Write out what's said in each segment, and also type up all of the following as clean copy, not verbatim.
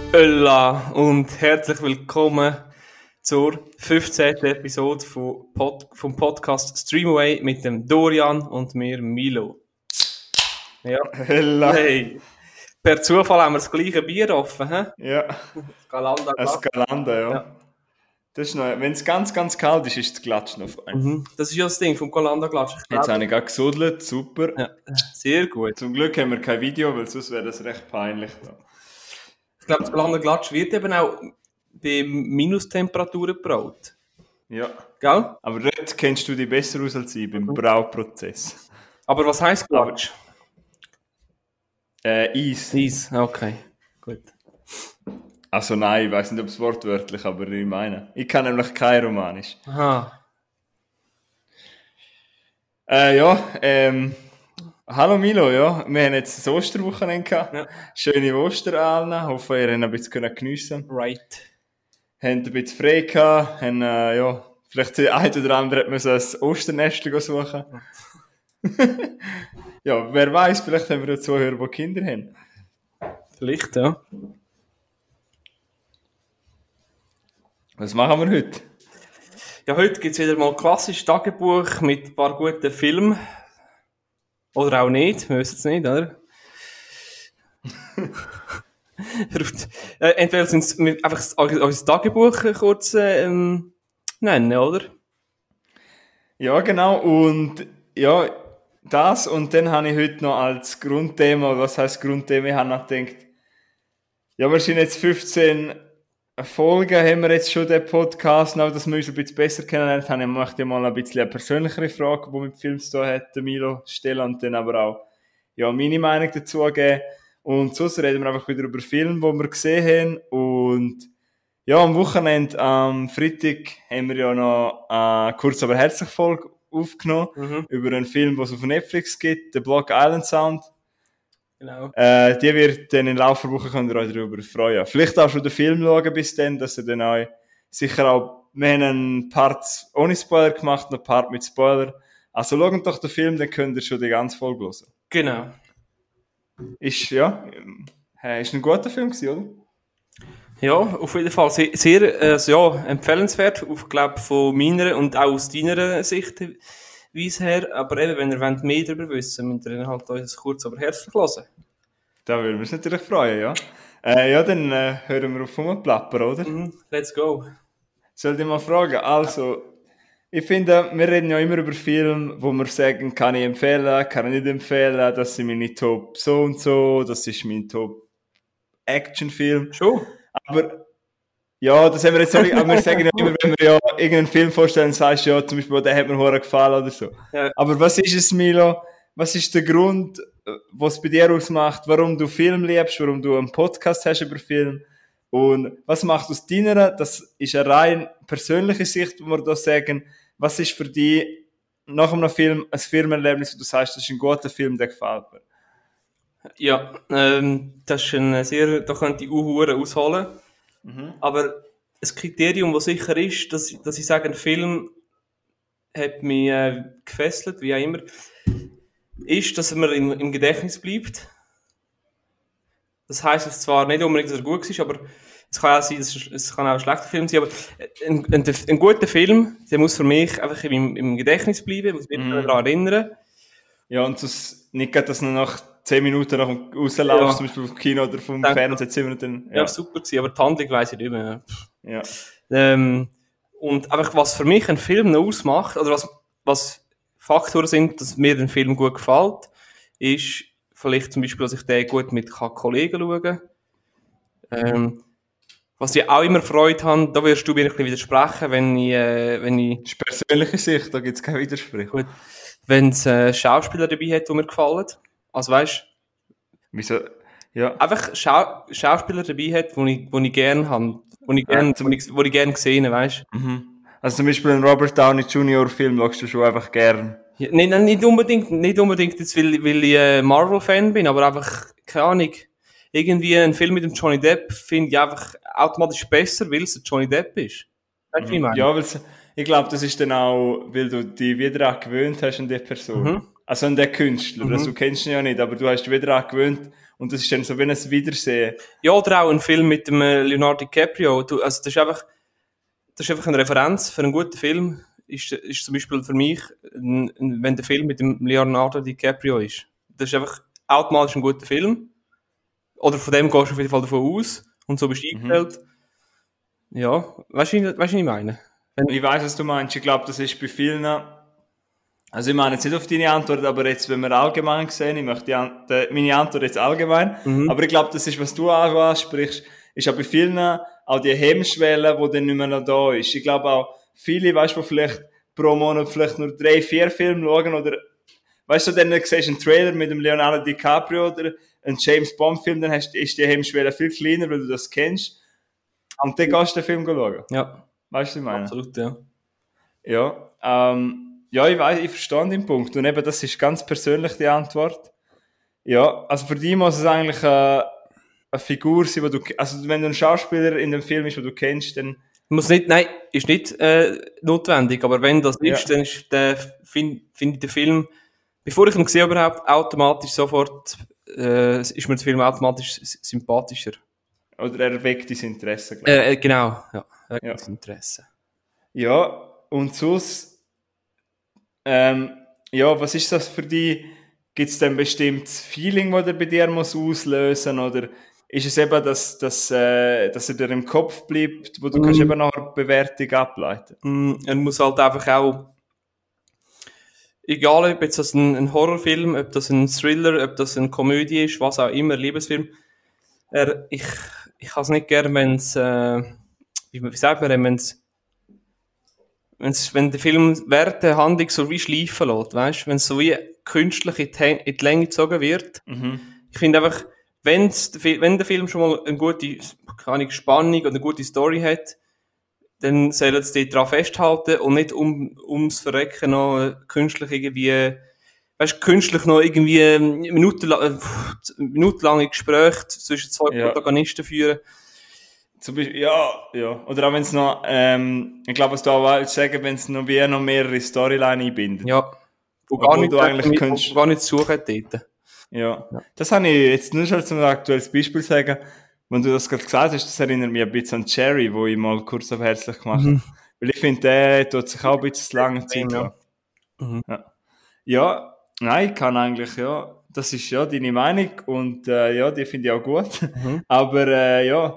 Hola und herzlich willkommen zur 15. Episode vom Podcast Streamaway mit dem Dorian und mir Milo. Ja. Hola. Hey. Per Zufall haben wir das gleiche Bier offen, hä? Ja. Galanda. Ein Galanda, ja. Ja. Das ist noch, wenn es ganz, ganz kalt ist, ist das Glatsch noch fein. Das ist ja das Ding vom Galanda Glatsch. Jetzt habe ich gerade gesudelt, super. Ja, sehr gut. Zum Glück haben wir kein Video, weil sonst wäre das recht peinlich. Ich glaube, das Galanda Glatsch wird eben auch bei Minustemperaturen gebraut. Ja. Gell? Aber dort kennst du dich besser aus als ich beim Brauprozess. Aber was heisst Glatsch? Eis. Eis, okay. Gut. Also nein, ich weiss nicht, ob es wortwörtlich, aber ich meine. Ich kann nämlich kein Romanisch. Aha. Hallo Milo, ja. Wir haben jetzt das Osterwochenende gehabt. Ja. Schöne Osterallen. Hoffe, ihr habt ein bisschen geniessen können. Right. Haben ein bisschen frei gehabt. Haben, vielleicht der eine oder andere hat ein Osternest suchen. Ja, wer weiß, vielleicht haben wir ja Zuhörer, die Kinder haben. Vielleicht, ja. Was machen wir heute? Ja, heute gibt es wieder mal ein klassisches Tagebuch mit ein paar guten Filmen. Oder auch nicht, wir wissen es nicht, oder? Entweder sind es einfach unser Tagebuch kurz nennen, oder? Ja, genau. Und ja, das und dann habe ich heute noch als Grundthema, was heisst Grundthema, ich habe noch gedacht, ja, wir sind jetzt 15 Folgen, haben wir jetzt schon den Podcast, noch, dass wir uns ein bisschen besser kennenlernen haben. Ich möchte mal ein bisschen eine persönlichere Frage, die mit Film zu tun hat, Milo, stellen und dann aber auch ja, meine Meinung dazu geben. Und sonst reden wir einfach wieder über Filme, die wir gesehen haben. Und ja, am Wochenende, am Freitag, haben wir ja noch eine kurz aber herzlich Folge aufgenommen über einen Film, den es auf Netflix gibt, The Block Island Sound. Genau. Die wird dann in Laufe der Woche, könnt ihr euch darüber freuen. Vielleicht auch schon den Film schauen bis dann, dass ihr dann euch sicher auch, wir haben einen Part ohne Spoiler gemacht, einen Part mit Spoiler. Also schaut doch den Film, dann könnt ihr schon die ganze Folge hören. Genau. Ist ein guter Film gewesen, oder? Ja, auf jeden Fall sehr empfehlenswert, ich glaube von meiner und auch aus deiner Sichtweise her. Aber eben, wenn ihr mehr darüber wissen wollt, müsst ihr halt uns kurz aber herzlich hören. Da würden wir uns natürlich freuen, ja. Dann hören wir auf rumplappern, oder? Let's go. Soll ich mal fragen? Also, ich finde, wir reden ja immer über Filme, wo wir sagen, kann ich empfehlen, kann ich nicht empfehlen, das sind meine Top so und so, das ist mein Top Actionfilm. Schon? Aber, ja, das haben wir jetzt auch nicht, aber wir sagen ja immer, wenn wir ja irgendeinen Film vorstellen, sagst du ja, zum Beispiel, der hat mir verdammt gefallen oder so. Ja. Aber was ist es, Milo? Was ist der Grund, was es bei dir ausmacht, warum du Film liebst, warum du einen Podcast hast über Film? Und was macht aus deiner, das ist eine rein persönliche Sicht, wo wir da sagen, was ist für dich nach einem Film ein Filmerlebnis, wo du sagst, das ist ein guter Film, der gefällt mir? Ja, das ist da könnte ich auch ausholen. Aber ein Kriterium, das sicher ist, dass ich sage, ein Film hat mich gefesselt, wie auch immer, ist, dass er mir im Gedächtnis bleibt. Das heisst, dass es zwar nicht unbedingt, dass er gut ist, aber es kann auch sein, es kann auch ein schlechter Film sein, aber ein guter Film, der muss für mich einfach im Gedächtnis bleiben, muss mich daran erinnern. Ja, und das nicht gerade, dass nach 10 Minuten nach dem Rauslauf, zum Beispiel vom Kino oder vom Fernsehen, dann, ja, super gewesen, aber die Handlung weiss ich nicht mehr. Ja. Und einfach, was für mich ein Film noch ausmacht, oder was Faktoren sind, dass mir ein Film gut gefällt, ist vielleicht zum Beispiel, dass ich den gut mit Kollegen schauen kann. Was ich auch immer Freude habe, da wirst du mir ein bisschen widersprechen, wenn ich... Das ist persönliche Sicht, da gibt es keinen Widerspruch. Gut. Wenn es Schauspieler dabei hat, die mir gefallen. Also weißt du? Wieso? Ja. Einfach Schauspieler dabei hat, die ich gerne habe. Die ich gerne gesehen, weißt du? Also zum Beispiel einen Robert Downey Jr. Film schaust du schon einfach gern. Ja, nein, nicht unbedingt jetzt, weil ich Marvel-Fan bin, aber einfach, keine Ahnung, irgendwie ein Film mit dem Johnny Depp finde ich einfach automatisch besser, weil es Johnny Depp ist. Weißt du, wie ich meine? Ja, ich glaube, das ist dann auch, weil du dich wieder auch gewöhnt hast an die Person. Also an den Künstler. Also, du kennst ihn ja nicht, aber du hast dich wieder daran gewöhnt. Und das ist dann so wie ein Wiedersehen. Ja, oder auch ein Film mit dem Leonardo DiCaprio. Das ist einfach eine Referenz für einen guten Film. Ist zum Beispiel für mich, wenn der Film mit dem Leonardo DiCaprio ist. Das ist einfach automatisch ein guter Film. Oder von dem gehst du auf jeden Fall davon aus. Und so bist du eingestellt. Ja, weißt du, was ich meine? Ich weiss, was du meinst. Ich glaube, das ist bei vielen... Also ich meine jetzt nicht auf deine Antwort, aber jetzt, wenn wir allgemein sehen, ich möchte meine Antwort jetzt allgemein, aber ich glaube, das ist, was du auch ansprichst, ist auch bei vielen auch die Hemmschwelle, die dann nicht mehr noch da ist. Ich glaube auch, viele, weißt du, die vielleicht pro Monat vielleicht nur 3, 4 Filme schauen oder, weißt du, dann siehst du einen Trailer mit dem Leonardo DiCaprio oder einen James Bond Film, dann ist die Hemmschwelle viel kleiner, weil du das kennst. Und dann gehst du den Film schauen. Ja. Weißt du, was ich meine? Absolut, ja. Ja, ja, ich weiß, ich verstehe den Punkt. Und eben, das ist ganz persönlich die Antwort. Ja, also für dich muss es eigentlich eine Figur sein, die du, also wenn du ein Schauspieler in dem Film ist, den du kennst, dann... Ist nicht notwendig, aber wenn das ist, dann ist finde ich den Film, bevor ich ihn sehe überhaupt, automatisch sofort, ist mir der Film automatisch sympathischer. Oder er weckt dein Interesse, glaube ich. Genau, ja, das Interesse. Ja, und sonst, ja, was ist das für dich? Gibt es denn ein bestimmtes Feeling, das er bei dir muss auslösen muss? Oder ist es eben, dass er dir im Kopf bleibt, wo du kannst eben noch eine Bewertung ableiten? Er muss halt einfach auch, egal ob jetzt das ein Horrorfilm, ob das ein Thriller, ob das eine Komödie ist, was auch immer, Liebesfilm, ich kann es nicht gerne, wenn es, wie sagt man, wenn der Film während der Handlung so wie schleifen lässt, weißt, wenn es so wie künstlich in die Länge gezogen wird. Ich finde einfach, wenn der Film schon mal eine gute, keine Ahnung, Spannung oder eine gute Story hat, dann sollen sie daran festhalten und nicht ums Verrecken noch künstlich irgendwie, weißt, künstlich noch irgendwie minutenlange Gespräche zwischen zwei Protagonisten führen. Zum Beispiel, ja. Oder auch wenn es noch, ich glaube, was du auch willst sagen, wenn es noch mehrere Storylines einbindet. Ja. Wo gar nicht zu suchen dort. Ja. Das habe ich jetzt nur schon zum aktuelles Beispiel sagen. Wenn du das gerade gesagt hast, das erinnert mich ein bisschen an Jerry, wo ich mal kurz auf herzlich gemacht habe. Weil ich finde, der tut sich auch ein bisschen lange Zeit an. Ja, nein, ich kann eigentlich, ja, das ist ja deine Meinung und ja, die finde ich auch gut. Aber ja,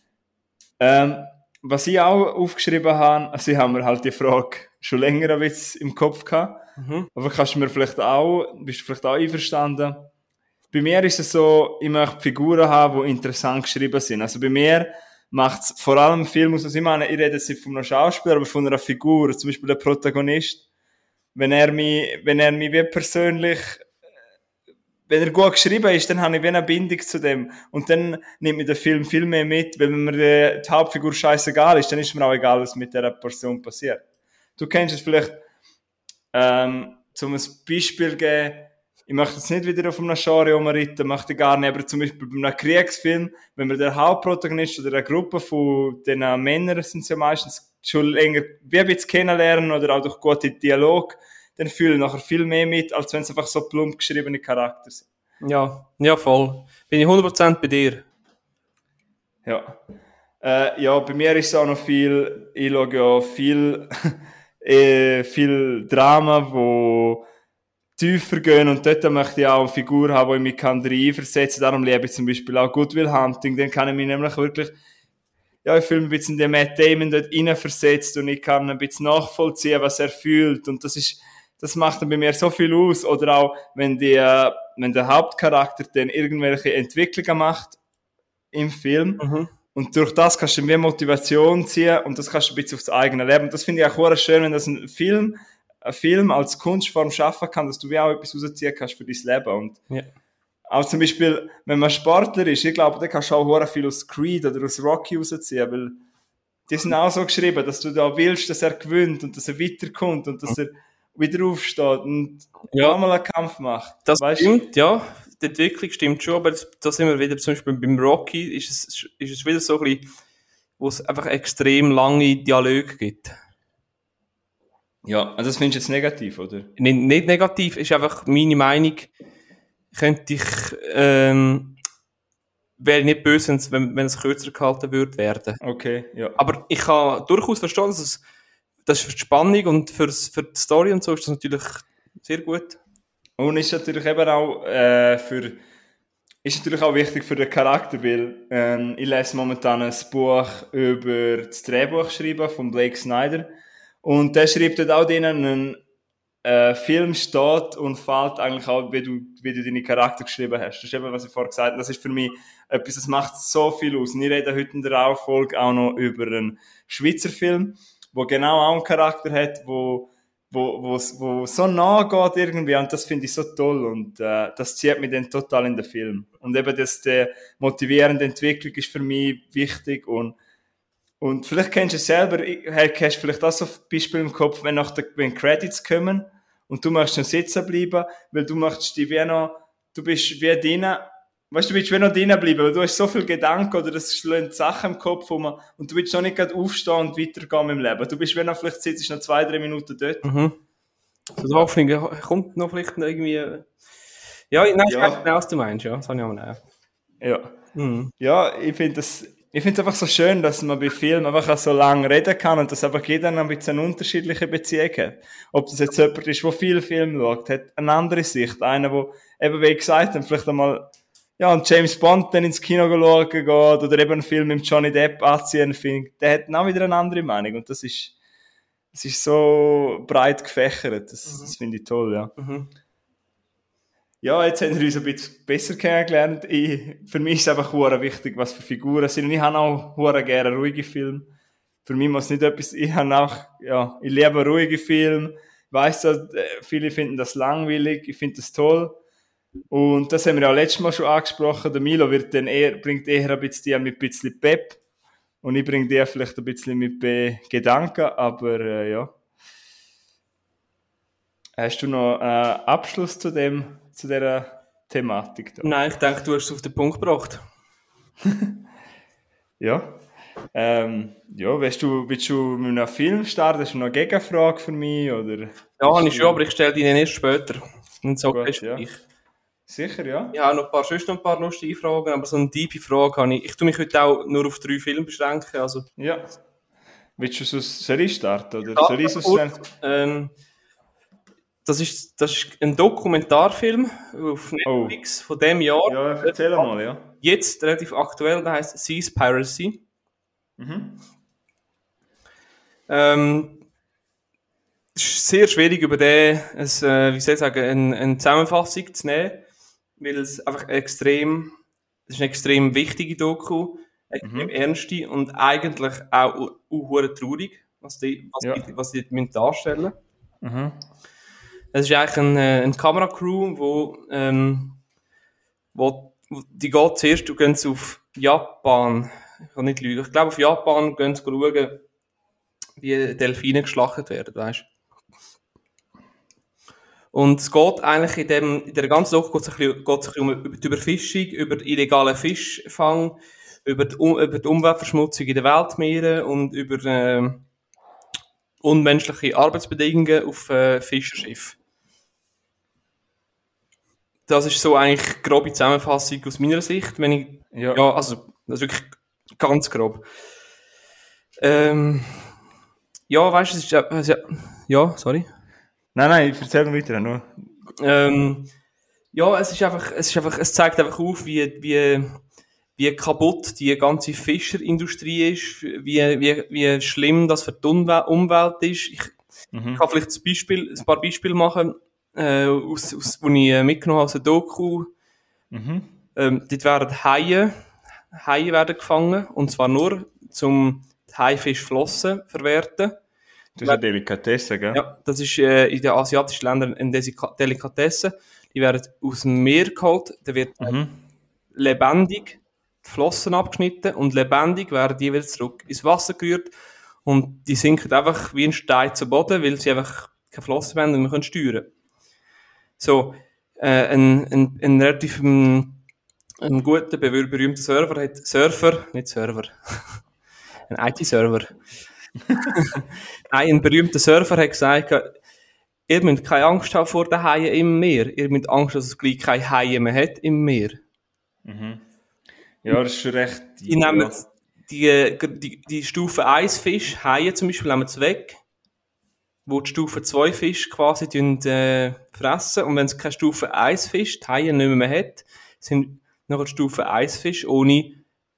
was ich auch aufgeschrieben habe, also ich habe mir halt die Frage schon länger ein bisschen im Kopf gehabt, aber bist du vielleicht auch einverstanden? Bei mir ist es so, ich möchte Figuren haben, die interessant geschrieben sind. Also bei mir macht es vor allem viel, muss ich meine, ich rede jetzt nicht von einem Schauspieler, aber von einer Figur, zum Beispiel der Protagonist, wenn er mich wie persönlich, wenn er gut geschrieben ist, dann habe ich wie eine Bindung zu dem. Und dann nimmt mir der Film viel mehr mit, weil wenn mir die Hauptfigur scheißegal ist, dann ist mir auch egal, was mit dieser Person passiert. Du kennst es vielleicht, zum ein Beispiel geben, ich möchte jetzt nicht wieder auf einem Genre rumreiten, möchte ich gar nicht, aber zum Beispiel bei einem Kriegsfilm, wenn wir der Hauptprotagonist oder eine Gruppe von den Männern sind es ja meistens schon länger, wie ein bisschen kennenlernen oder auch durch gute Dialog, dann fühlen nachher viel mehr mit, als wenn es einfach so plump geschriebene Charakter sind. Ja, voll. Bin ich 100% bei dir. Ja. Ja, bei mir ist es auch noch viel, ich schaue ja viel Drama, wo tiefer gehen und dort möchte ich auch eine Figur haben, die ich mich reinversetzen kann. Darum liebe ich zum Beispiel auch Good Will Hunting. Dann kann ich mich nämlich wirklich, ja, ich fühle mich ein bisschen in den Matt Damon dort reinversetzt und ich kann ein bisschen nachvollziehen, was er fühlt. Und das macht dann bei mir so viel aus. Oder auch, wenn der Hauptcharakter dann irgendwelche Entwicklungen macht im Film. Und durch das kannst du mehr Motivation ziehen und das kannst du ein bisschen aufs eigene Leben. Das finde ich auch schön, wenn das ein Film als Kunstform schaffen kann, dass du wie auch etwas rausziehen kannst für dein Leben. Und auch zum Beispiel, wenn man Sportler ist, ich glaube, da kannst du auch viel aus Creed oder aus Rocky rausziehen, weil die sind auch so geschrieben, dass du da willst, dass er gewinnt und dass er weiterkommt und dass er wieder aufsteht und mal einen Kampf macht. Das stimmt, ja. Die Entwicklung stimmt schon, aber da sind wir wieder, zum Beispiel beim Rocky, ist es wieder so ein bisschen, wo es einfach extrem lange Dialoge gibt. Ja, also das findest du jetzt negativ, oder? Nicht negativ, ist einfach meine Meinung, könnte ich, wäre nicht böse, wenn es kürzer gehalten würde werden. Okay, ja. Aber ich kann durchaus verstehen, dass das ist für die Spannung und für die Story und so ist das natürlich sehr gut. Und ist natürlich eben auch ist natürlich auch wichtig für den Charakter, weil ich lese momentan ein Buch über das Drehbuch schreiben von Blake Snyder und der schreibt dort auch denen einen Film steht und fällt eigentlich auch, wie du deine Charakter geschrieben hast. Das ist eben, was ich vorher gesagt habe. Das ist für mich etwas, das macht so viel aus. Und ich rede heute in der Folge auch noch über einen Schweizer Film, wo genau auch einen Charakter hat, wo so nah geht irgendwie, und das finde ich so toll und das zieht mich dann total in den Film. Und eben die motivierende Entwicklung ist für mich wichtig und vielleicht kennst du es selber, hast vielleicht auch so Beispiele im Kopf, wenn Credits kommen und du möchtest noch sitzen bleiben, weil du möchtest dich du bist wie drinnen, weißt du, willst wie noch drinnen bleiben, weil du hast so viele Gedanken oder es schlagen Sachen im Kopf rum und du willst noch nicht gerade aufstehen und weitergehen im Leben. Du bist wie noch, vielleicht sitzt noch 2-3 Minuten dort. Mhm. So, die Hoffnung kommt noch vielleicht irgendwie. Ja, nein, ich weiß genau, was du meinst, ja. Das habe ich auch auch. Ja. Mhm. Ja, ich finde es einfach so schön, dass man bei Filmen einfach so lange reden kann und dass einfach jeder ein bisschen eine unterschiedliche Beziehung hat. Ob das jetzt jemand ist, der viele Filme schaut, hat eine andere Sicht. Einer, der eben, wie gesagt habe, vielleicht einmal einen James Bond dann ins Kino schauen geht oder eben einen Film mit Johnny Depp anziehen findet, der hat auch wieder eine andere Meinung und das ist so breit gefächert. Das finde ich toll, ja. Mhm. Ja, jetzt haben wir uns ein bisschen besser kennengelernt. Für mich ist es einfach sehr wichtig, was für Figuren sind. Und ich habe auch sehr gerne ruhige Filme. Für mich muss nicht etwas, ich liebe ruhige Filme. Ich weiss, dass viele finden das langweilig. Ich finde das toll. Und das haben wir auch letztes Mal schon angesprochen. Der Milo bringt eher ein bisschen Pep. Und ich bringe dir vielleicht ein bisschen mit Gedanken. Aber ja. Hast du noch einen Abschluss zu dieser Thematik da? Nein, ich denke, du hast es auf den Punkt gebracht. Ja. Willst du mit einem Film starten? Hast du noch eine Gegenfrage für mich? Oder ja, habe ich schon, aber ich stelle die dann erst später. Und so gut, ja. Sicher, ja? Ich habe noch ein paar lustige Fragen, aber so eine tiefe Frage habe ich. Ich tue mich heute auch nur auf 3 Filme beschränken. Also. Ja. Willst du soll ich starten? Oder soll ich das ist ein Dokumentarfilm auf Netflix von diesem Jahr. Ja, erzähl mal, ja. Jetzt relativ aktuell, der heisst Seaspiracy. Mhm. Es ist sehr schwierig, über den eine Zusammenfassung zu nehmen, weil es einfach es ist eine extrem wichtige Doku, extrem ernste und eigentlich auch traurig, was die darstellen. Mhm. Es ist eigentlich eine Kameracrew, wo die geht zuerst, du gehst auf Japan, ich kann nicht lügen, ich glaube auf Japan gehen sie schauen, wie Delfine geschlachtet werden, weißt du. Und es geht eigentlich in der ganzen Doku geht's ein bisschen um die Überfischung, über illegalen Fischfang, über die Umweltverschmutzung in den Weltmeeren und über unmenschliche Arbeitsbedingungen auf Fischerschiffen. Das ist so eigentlich eine grobe Zusammenfassung aus meiner Sicht, wenn ich, also, das ist wirklich ganz grob. Ja, weißt du, es ist, sorry. Nein, ich erzähl weiter, nur. Ja, es zeigt einfach auf, wie kaputt die ganze Fischerindustrie ist, wie schlimm das für die Umwelt ist. Ich kann vielleicht ein paar Beispiele machen, die ich mitgenommen habe aus der Doku. Dort werden Haie werden gefangen, und zwar nur, um die Haifischflossen zu verwerten. Das ist eine Delikatesse, gell? Ja, das ist in den asiatischen Ländern eine Delikatesse. Die werden aus dem Meer geholt, da wird lebendig die Flossen abgeschnitten und lebendig werden die wieder zurück ins Wasser gerührt und die sinken einfach wie ein Stein zu Boden, weil sie einfach keine Flossen mehr haben und wir können steuern. So, ein relativ ein guter, berühmter Server hat ein IT-Server, Ein berühmter Surfer hat gesagt, ihr müsst keine Angst haben vor den Haien im Meer. Ihr müsst Angst, dass es gleich keine Haie mehr hat im Meer. Mhm. Ja, das ist schon recht. Ich nehme die Stufe 1 Fisch, Haie zum Beispiel, nehmen sie weg, wo die Stufe 2 Fisch quasi fressen. Und wenn es keine Stufe 1 Fisch, die Haie nicht mehr hat, sind noch die Stufe 1 Fisch ohne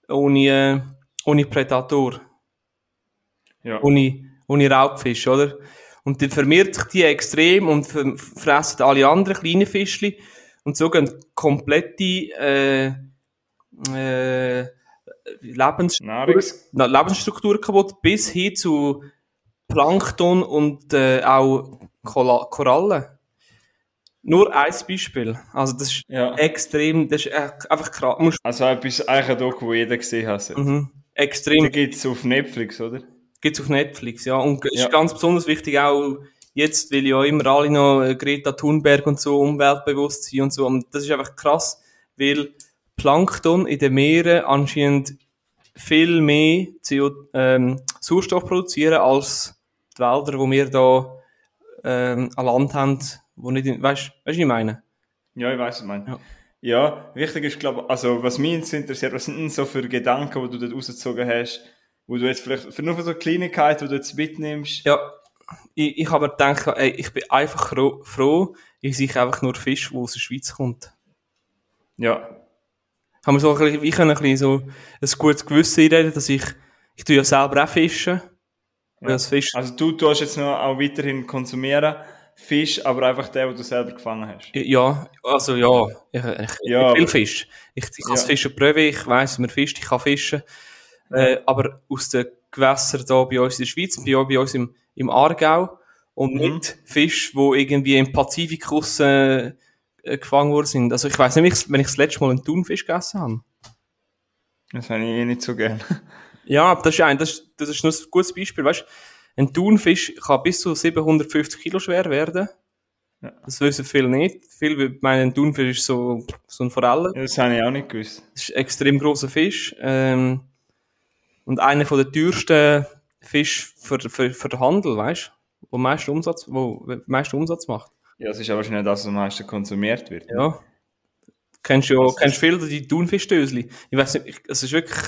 Prädator. Ja. Ohne Raubfisch, oder? Und dann vermehrt sich die extrem und fressen alle anderen kleinen Fischli. Und so gehen komplette Lebensstruktur kaputt, bis hin zu Plankton und auch Korallen. Nur ein Beispiel. Also das ist extrem, das ist einfach krass. Also etwas, eigentlich ein Doku, wo jeder gesehen hat. Extrem. Die gibt es auf Netflix, oder? Gibt's auf Netflix, ja. Und ist ganz besonders wichtig auch jetzt, weil ja immer alle noch Greta Thunberg und so umweltbewusst sind und so. Und das ist einfach krass, weil Plankton in den Meeren anscheinend viel mehr Sauerstoff produzieren als die Wälder, die wir da an Land haben, wo nicht, weißt du, was ich meine? Ja, ich weiss, was du meinst. Ja, wichtig ist, glaube ich, also was mich jetzt interessiert, was sind denn so für Gedanken, die du dort rausgezogen hast, wo du jetzt vielleicht, für nur für so Kleinigkeiten, die du jetzt mitnimmst? Ja, ich habe mir gedacht, ey, ich bin einfach froh, ich sehe einfach nur Fisch, der aus der Schweiz kommt. Ja. Haben wir so ein bisschen so ein gutes Gewissen einreden, dass ich tue ja selber auch fischen. Ja. Also du tust jetzt noch auch weiterhin konsumieren, Fisch, aber einfach den du selber gefangen hast. Ja, also ja, ich will Fisch. Ich kann das Fischen prüfen, ich weiss, man fischt, ich kann fischen. Aber aus den Gewässern hier bei uns in der Schweiz, bei uns im Aargau, und nicht Fisch, die irgendwie im Pazifikus gefangen worden sind. Also ich weiss nicht, wenn ich das letzte Mal einen Thunfisch gegessen habe. Das habe ich nicht so gern. Ja, das ist nur ein gutes Beispiel, weißt du? Ein Thunfisch kann bis zu 750 Kilo schwer werden. Ja. Das wissen viele nicht. Viele meinen, ein Thunfisch ist so ein Forelle. Ja, das habe ich auch nicht gewusst. Das ist ein extrem grosser Fisch. Und einer von den teuersten Fisch für den Handel, weißt du? Wo meisten Umsatz macht. Ja, es ist aber wahrscheinlich das, was am meisten konsumiert wird. Ja. Kennst viele die Thunfischdösli? Ich weiss nicht, es ist wirklich...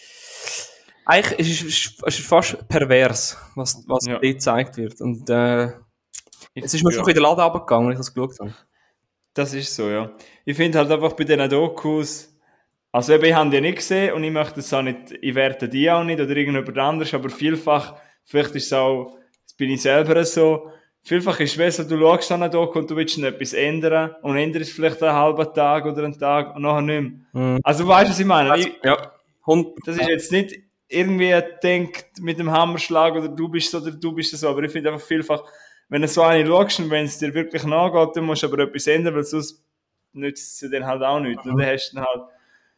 Eigentlich ist es fast pervers, was dort gezeigt wird. Und es ist mir schon in den Laden runtergegangen, als ich das geschaut habe. Das ist so, ja. Ich finde halt einfach bei diesen Dokus, also ich habe die nicht gesehen und ich möchte es auch nicht, ich werte die auch nicht oder irgendjemand anderes, aber vielfach, vielleicht ist es auch, das bin ich selber so, vielfach ist es so, du schaust an eine Doku und du willst noch etwas ändern und änderst vielleicht einen halben Tag oder einen Tag und nachher nicht mehr. Also weißt du, was ich meine? Das ist jetzt nicht irgendwie denkt mit dem Hammerschlag oder du bist so, aber ich finde einfach vielfach, wenn du so eine schaust und wenn es dir wirklich nachgeht, dann musst du aber etwas ändern, weil sonst nützt es dir dann halt auch nichts. Und dann hast du dann halt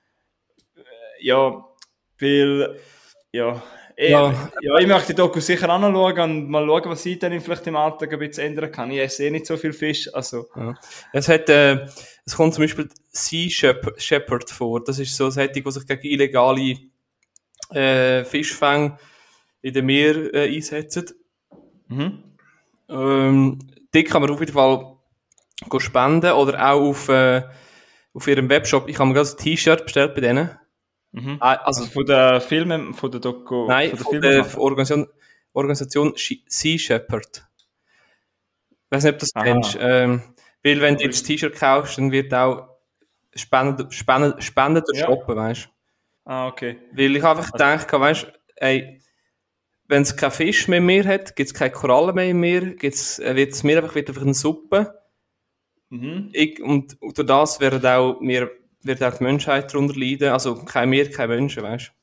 ich möchte die Doku sicher auch noch schauen und mal schauen, was ich dann vielleicht im Alltag ein bisschen ändern kann. Ich sehe nicht so viel Fisch, also. Ja. Es kommt zum Beispiel Sea Shepherd vor. Das ist so ein Sättig, der sich gegen illegale Fischfang in dem Meer einsetzen. Die kann man auf jeden Fall spenden oder auch auf ihrem Webshop. Ich habe mir gerade ein T-Shirt bestellt bei denen. Also von der Filme, von der Doku? Nein, von der Organisation Sea Shepherd. Ich weiß nicht, ob du das kennst. Weil wenn du das T-Shirt kaufst, dann wird auch Spenden shoppen, weißt du. Ah, okay. Weil ich einfach gedacht habe, weißt du, wenn es keinen Fisch mehr im Meer hat, gibt es keine Korallen mehr im Meer, wird das Meer einfach eine Suppe. Und durch das wird auch die Menschheit darunter leiden. Also kein Meer, keine Menschen, weißt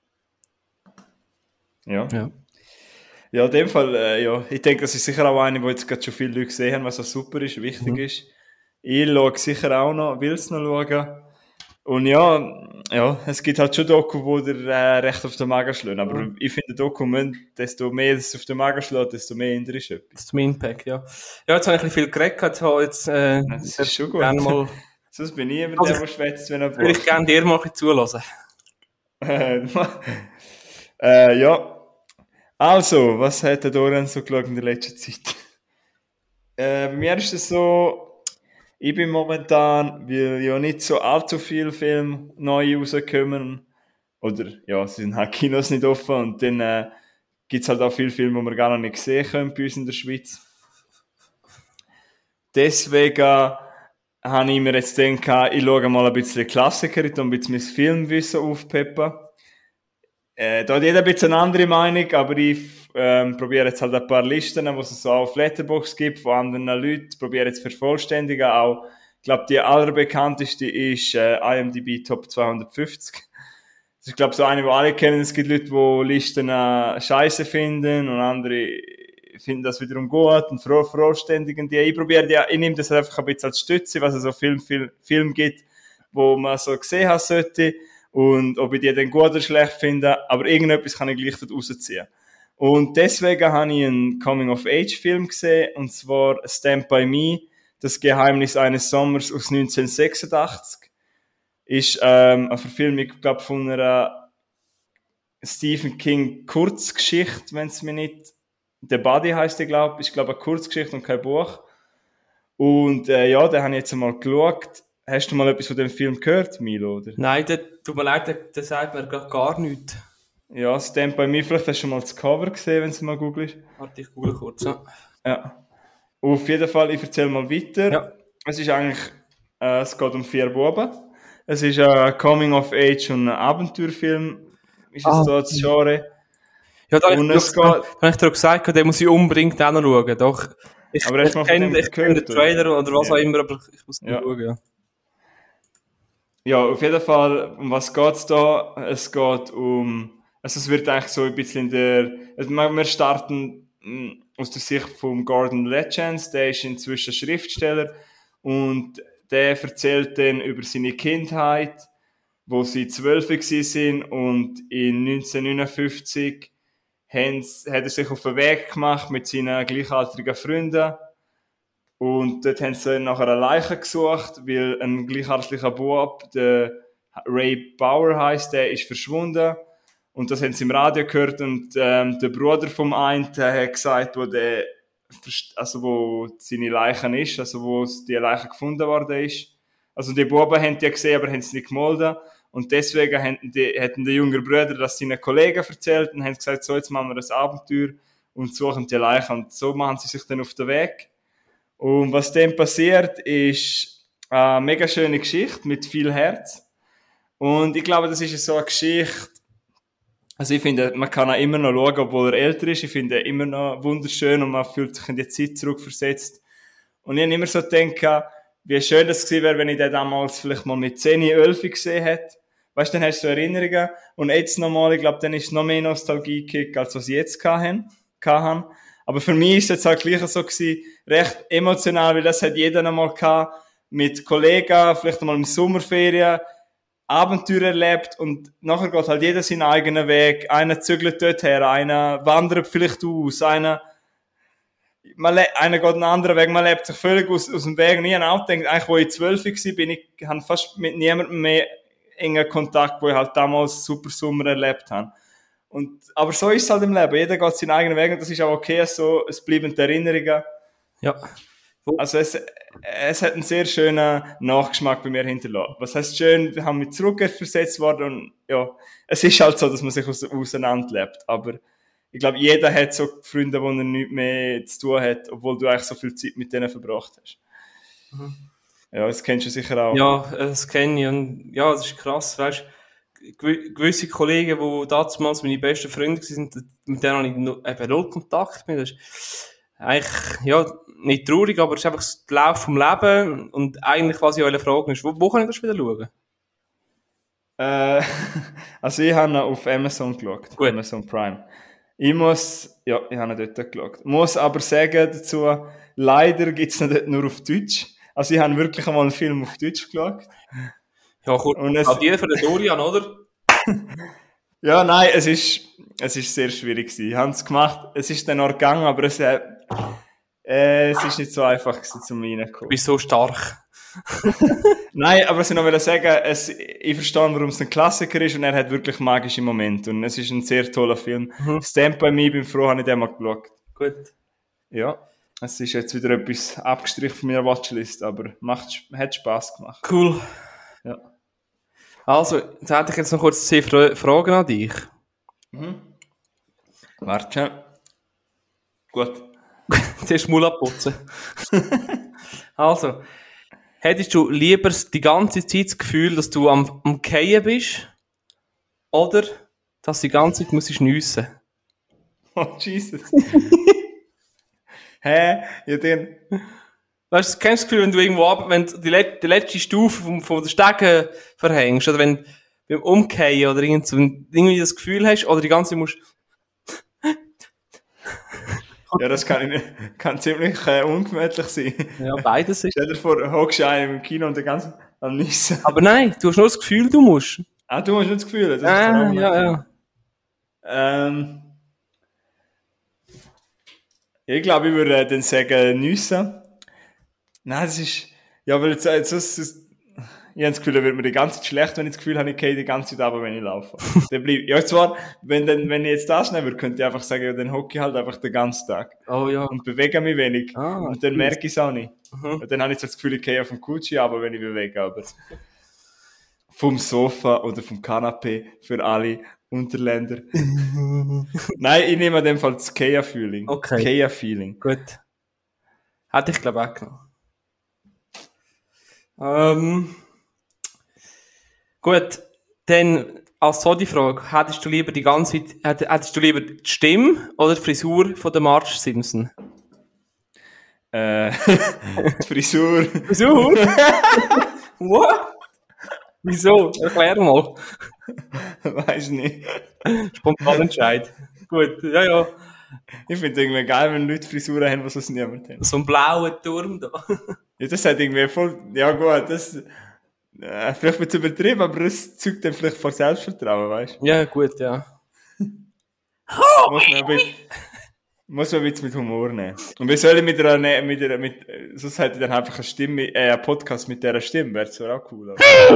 du? Ja. Ja, in dem Fall, ich denke, das ist sicher auch eine, wo jetzt gerade schon viele Leute gesehen haben, was auch super ist, wichtig ist. Ich schaue sicher auch noch, will es noch schauen. Und ja, es gibt halt schon Doku, wo der recht auf den Magen schlägt. Aber ich finde, Dokument, desto mehr es auf den Magen schlägt, desto mehr ändert ist etwas. Das ist mein Impact, ja. Ja, jetzt habe ich ein bisschen viel geredet. Das ist schon gut. Mal... Sonst bin ich immer der schwätzt, wenn er würde ich gerne dir mal ein bisschen zulassen. Ja. Also, was hat der Dorian so geschaut in der letzten Zeit? Bei mir ist es so, ich bin momentan, weil ja nicht so allzu viele Filme neu rauskommen, oder ja, sie sind halt Kinos nicht offen und dann gibt es halt auch viele Filme, die wir gar noch nicht sehen können bei uns in der Schweiz. Deswegen habe ich mir jetzt gedacht, ich schaue mal ein bisschen Klassiker, ich ein bisschen mein Filmwissen aufpeppen. Da hat jeder ein bisschen eine andere Meinung, aber ich probiere jetzt halt ein paar Listen, die es so auf Letterboxd gibt, von anderen Leuten, probiere jetzt vervollständigen auch. Ich glaube, die allerbekannteste ist IMDb Top 250. Das ist, glaube ich, so eine, die alle kennen. Es gibt Leute, die Listen scheiße finden und andere finden das wiederum gut und vervollständigen die. Ich nehme das einfach ein bisschen als Stütze, was es so Film gibt, wo man so gesehen haben sollte. Und ob ich die dann gut oder schlecht finde, aber irgendetwas kann ich gleich dort rausziehen. Und deswegen habe ich einen Coming-of-Age-Film gesehen, und zwar Stand By Me, das Geheimnis eines Sommers aus 1986. Ist eine Verfilmung, glaube von einer Stephen King Kurzgeschichte, wenn es mir nicht... The Body heisst die, glaube ich. Ist, glaube ich, eine Kurzgeschichte und kein Buch. Und ja, den habe ich jetzt einmal geschaut. Hast du mal etwas von dem Film gehört, Milo? Oder? Nein, tut mir leid, der sagt mir gar nichts. Ja, Stand By Me, vielleicht hast du schon mal das Cover gesehen, wenn du mal googelst. Warte, ich google kurz. Ja. Auf jeden Fall, ich erzähle mal weiter. Ja. Es ist eigentlich, es geht um 4 Buben. Es ist ein Coming-of-Age und ein Abenteuerfilm. Ist es da das Genre? Ja, da habe ich dir gesagt, den muss ich unbedingt auch noch schauen. Doch, ich kenne den Trailer oder was auch immer, aber ich muss nicht schauen, ja. Ja, auf jeden Fall, um was geht's da? Es geht um, also es wird eigentlich so ein bisschen wir starten aus der Sicht von Gordon Legends, der ist inzwischen Schriftsteller und der erzählt dann über seine Kindheit, wo sie 12 waren und in 1959 hat er sich auf den Weg gemacht mit seinen gleichaltrigen Freunden. Und dort haben sie nachher eine Leiche gesucht, weil ein gleichaltriger Bub, der Ray Bauer heisst, der ist verschwunden. Und das haben sie im Radio gehört und der Bruder vom einen hat gesagt, wo seine Leiche ist, also wo die Leiche gefunden worden ist. Also die Buben haben die gesehen, aber haben sie nicht gemolden. Und deswegen hätten die jüngeren Brüder das seinen Kollegen erzählt und haben gesagt, so, jetzt machen wir ein Abenteuer und suchen die Leiche. Und so machen sie sich dann auf den Weg. Und was dann passiert, ist eine mega schöne Geschichte mit viel Herz. Und ich glaube, das ist so eine Geschichte, also ich finde, man kann auch immer noch schauen, obwohl er älter ist. Ich finde ihn immer noch wunderschön und man fühlt sich in die Zeit zurückversetzt. Und ich habe immer so gedacht, wie schön das gewesen wäre, wenn ich den damals vielleicht mal mit 10, 11 gesehen hätte. Weißt du, dann hast du so Erinnerungen. Und jetzt nochmal, ich glaube, dann ist noch mehr Nostalgie-Kick, als was ich jetzt hatten. Aber für mich ist es jetzt halt gleich so gewesen, recht emotional, weil das hat jeder nochmal gehabt, mit Kollegen, vielleicht einmal in Sommerferien, Abenteuer erlebt und nachher geht halt jeder seinen eigenen Weg. Einer zügelt dort her, einer wandert vielleicht aus, einer geht einen anderen Weg, man lebt sich völlig aus dem Weg. Und ich habe auch gedacht, eigentlich, wo ich 12 war, ich habe fast mit niemandem mehr engen Kontakt, wo ich halt damals super Sommer erlebt habe. Aber so ist es halt im Leben. Jeder geht seinen eigenen Weg und das ist auch okay so. Es bleiben die Erinnerungen. Ja. Also es hat einen sehr schönen Nachgeschmack bei mir hinterlassen. Was heisst schön, wir haben mit zurückversetzt worden und ja, es ist halt so, dass man sich auseinanderlebt. Aber ich glaube, jeder hat so Freunde, wo er nichts mehr zu tun hat, obwohl du eigentlich so viel Zeit mit denen verbracht hast. Mhm. Ja, das kennst du sicher auch. Ja, das kenne ich und ja, das ist krass, weißt du, gewisse Kollegen, die damals meine besten Freunde waren, mit denen habe ich eben null Kontakt mehr. Das ist eigentlich, ja, nicht traurig, aber es ist einfach der Lauf vom Leben und eigentlich, was ich euch fragen ist, wo kann ich das wieder schauen? Also ich habe auf Amazon geschaut, gut. Amazon Prime. Ich habe dort geschaut. Muss aber sagen dazu, leider gibt es dort nur auf Deutsch. Also ich habe wirklich einmal einen Film auf Deutsch geschaut. Ja, gut. Und es hat jeder für den Dorian, oder? Ja, nein, es ist sehr schwierig gewesen. Ich habe es gemacht, es ist dann auch gegangen, aber es ist nicht so einfach gewesen, zum reinkommen. Du bist so stark. Nein, aber was ich noch will sagen, ich verstehe, warum es ein Klassiker ist und er hat wirklich magische Momente und es ist ein sehr toller Film. Stand By Me, bin froh, habe ich den mal geschaut. Gut. Ja, es ist jetzt wieder etwas abgestrichen von meiner Watchlist, aber hat Spass gemacht. Cool. Ja. Also, jetzt hätte ich jetzt noch kurz 10 Fragen an dich. Warte schon. Gut. Zuerst Maul abputzen. Also, hättest du lieber die ganze Zeit das Gefühl, dass du am Fallen bist? Oder, dass du die ganze Zeit musst schliessen? Oh, Jesus. Hä? Ja, dann. Weißt du, kennst du das Gefühl, wenn du irgendwo wenn du die letzte Stufe von der Stege verhängst, oder wenn beim Umkehren oder irgendwie das Gefühl hast, oder die ganze Zeit musst. Ja, das kann ziemlich ungemütlich sein. Ja, beides ist. Stell dir vor, hockst du einen im Kino und der ganze am Nissen. Aber nein, du hast nur das Gefühl, du musst. Ah, du hast nicht das Gefühl. Das ist ja. Ich glaube, ich würde dann sagen, Nüsse. Nein, das ist, ja, weil ich habe das Gefühl, da wird mir die ganze Zeit schlecht, wenn ich das Gefühl habe, ich gehe die ganze Zeit runter, wenn ich laufe. Ja, zwar, wenn ich jetzt das nehmen würde, könnte ich einfach sagen, ja, dann hocke ich halt einfach den ganzen Tag. Oh ja. Und bewege mich wenig. Und dann merke ich es auch nicht. Und dann habe ich so das Gefühl, ich gehe auf dem Gucci runter, wenn ich bewege, aber vom Sofa oder vom Kanapee für alle Unterländer. Nein, ich nehme in dem Fall das Kea-Feeling. Okay. Kea-Feeling. Gut. Hätte ich, glaube ich, auch genommen. Gut, dann als so die Frage, hättest du lieber die Stimme oder die Frisur von der Marge Simpson? Die Frisur. Frisur? What? Wieso? Erklär mal. Weiß nicht. Spontan Entscheid. Gut, ja. Ich finde es irgendwie geil, wenn Leute Frisuren haben, die sonst niemand hat. So einen blauen Turm da. Ja, das hat irgendwie voll, ja gut, das, vielleicht wird es übertrieben, aber das zeugt dann vielleicht vor Selbstvertrauen, weißt du? Ja, gut, ja. Muss man ein bisschen mit Humor nehmen. Und wie soll ich sonst hätte ich dann einfach einen Podcast mit dieser Stimme, wäre es auch cool.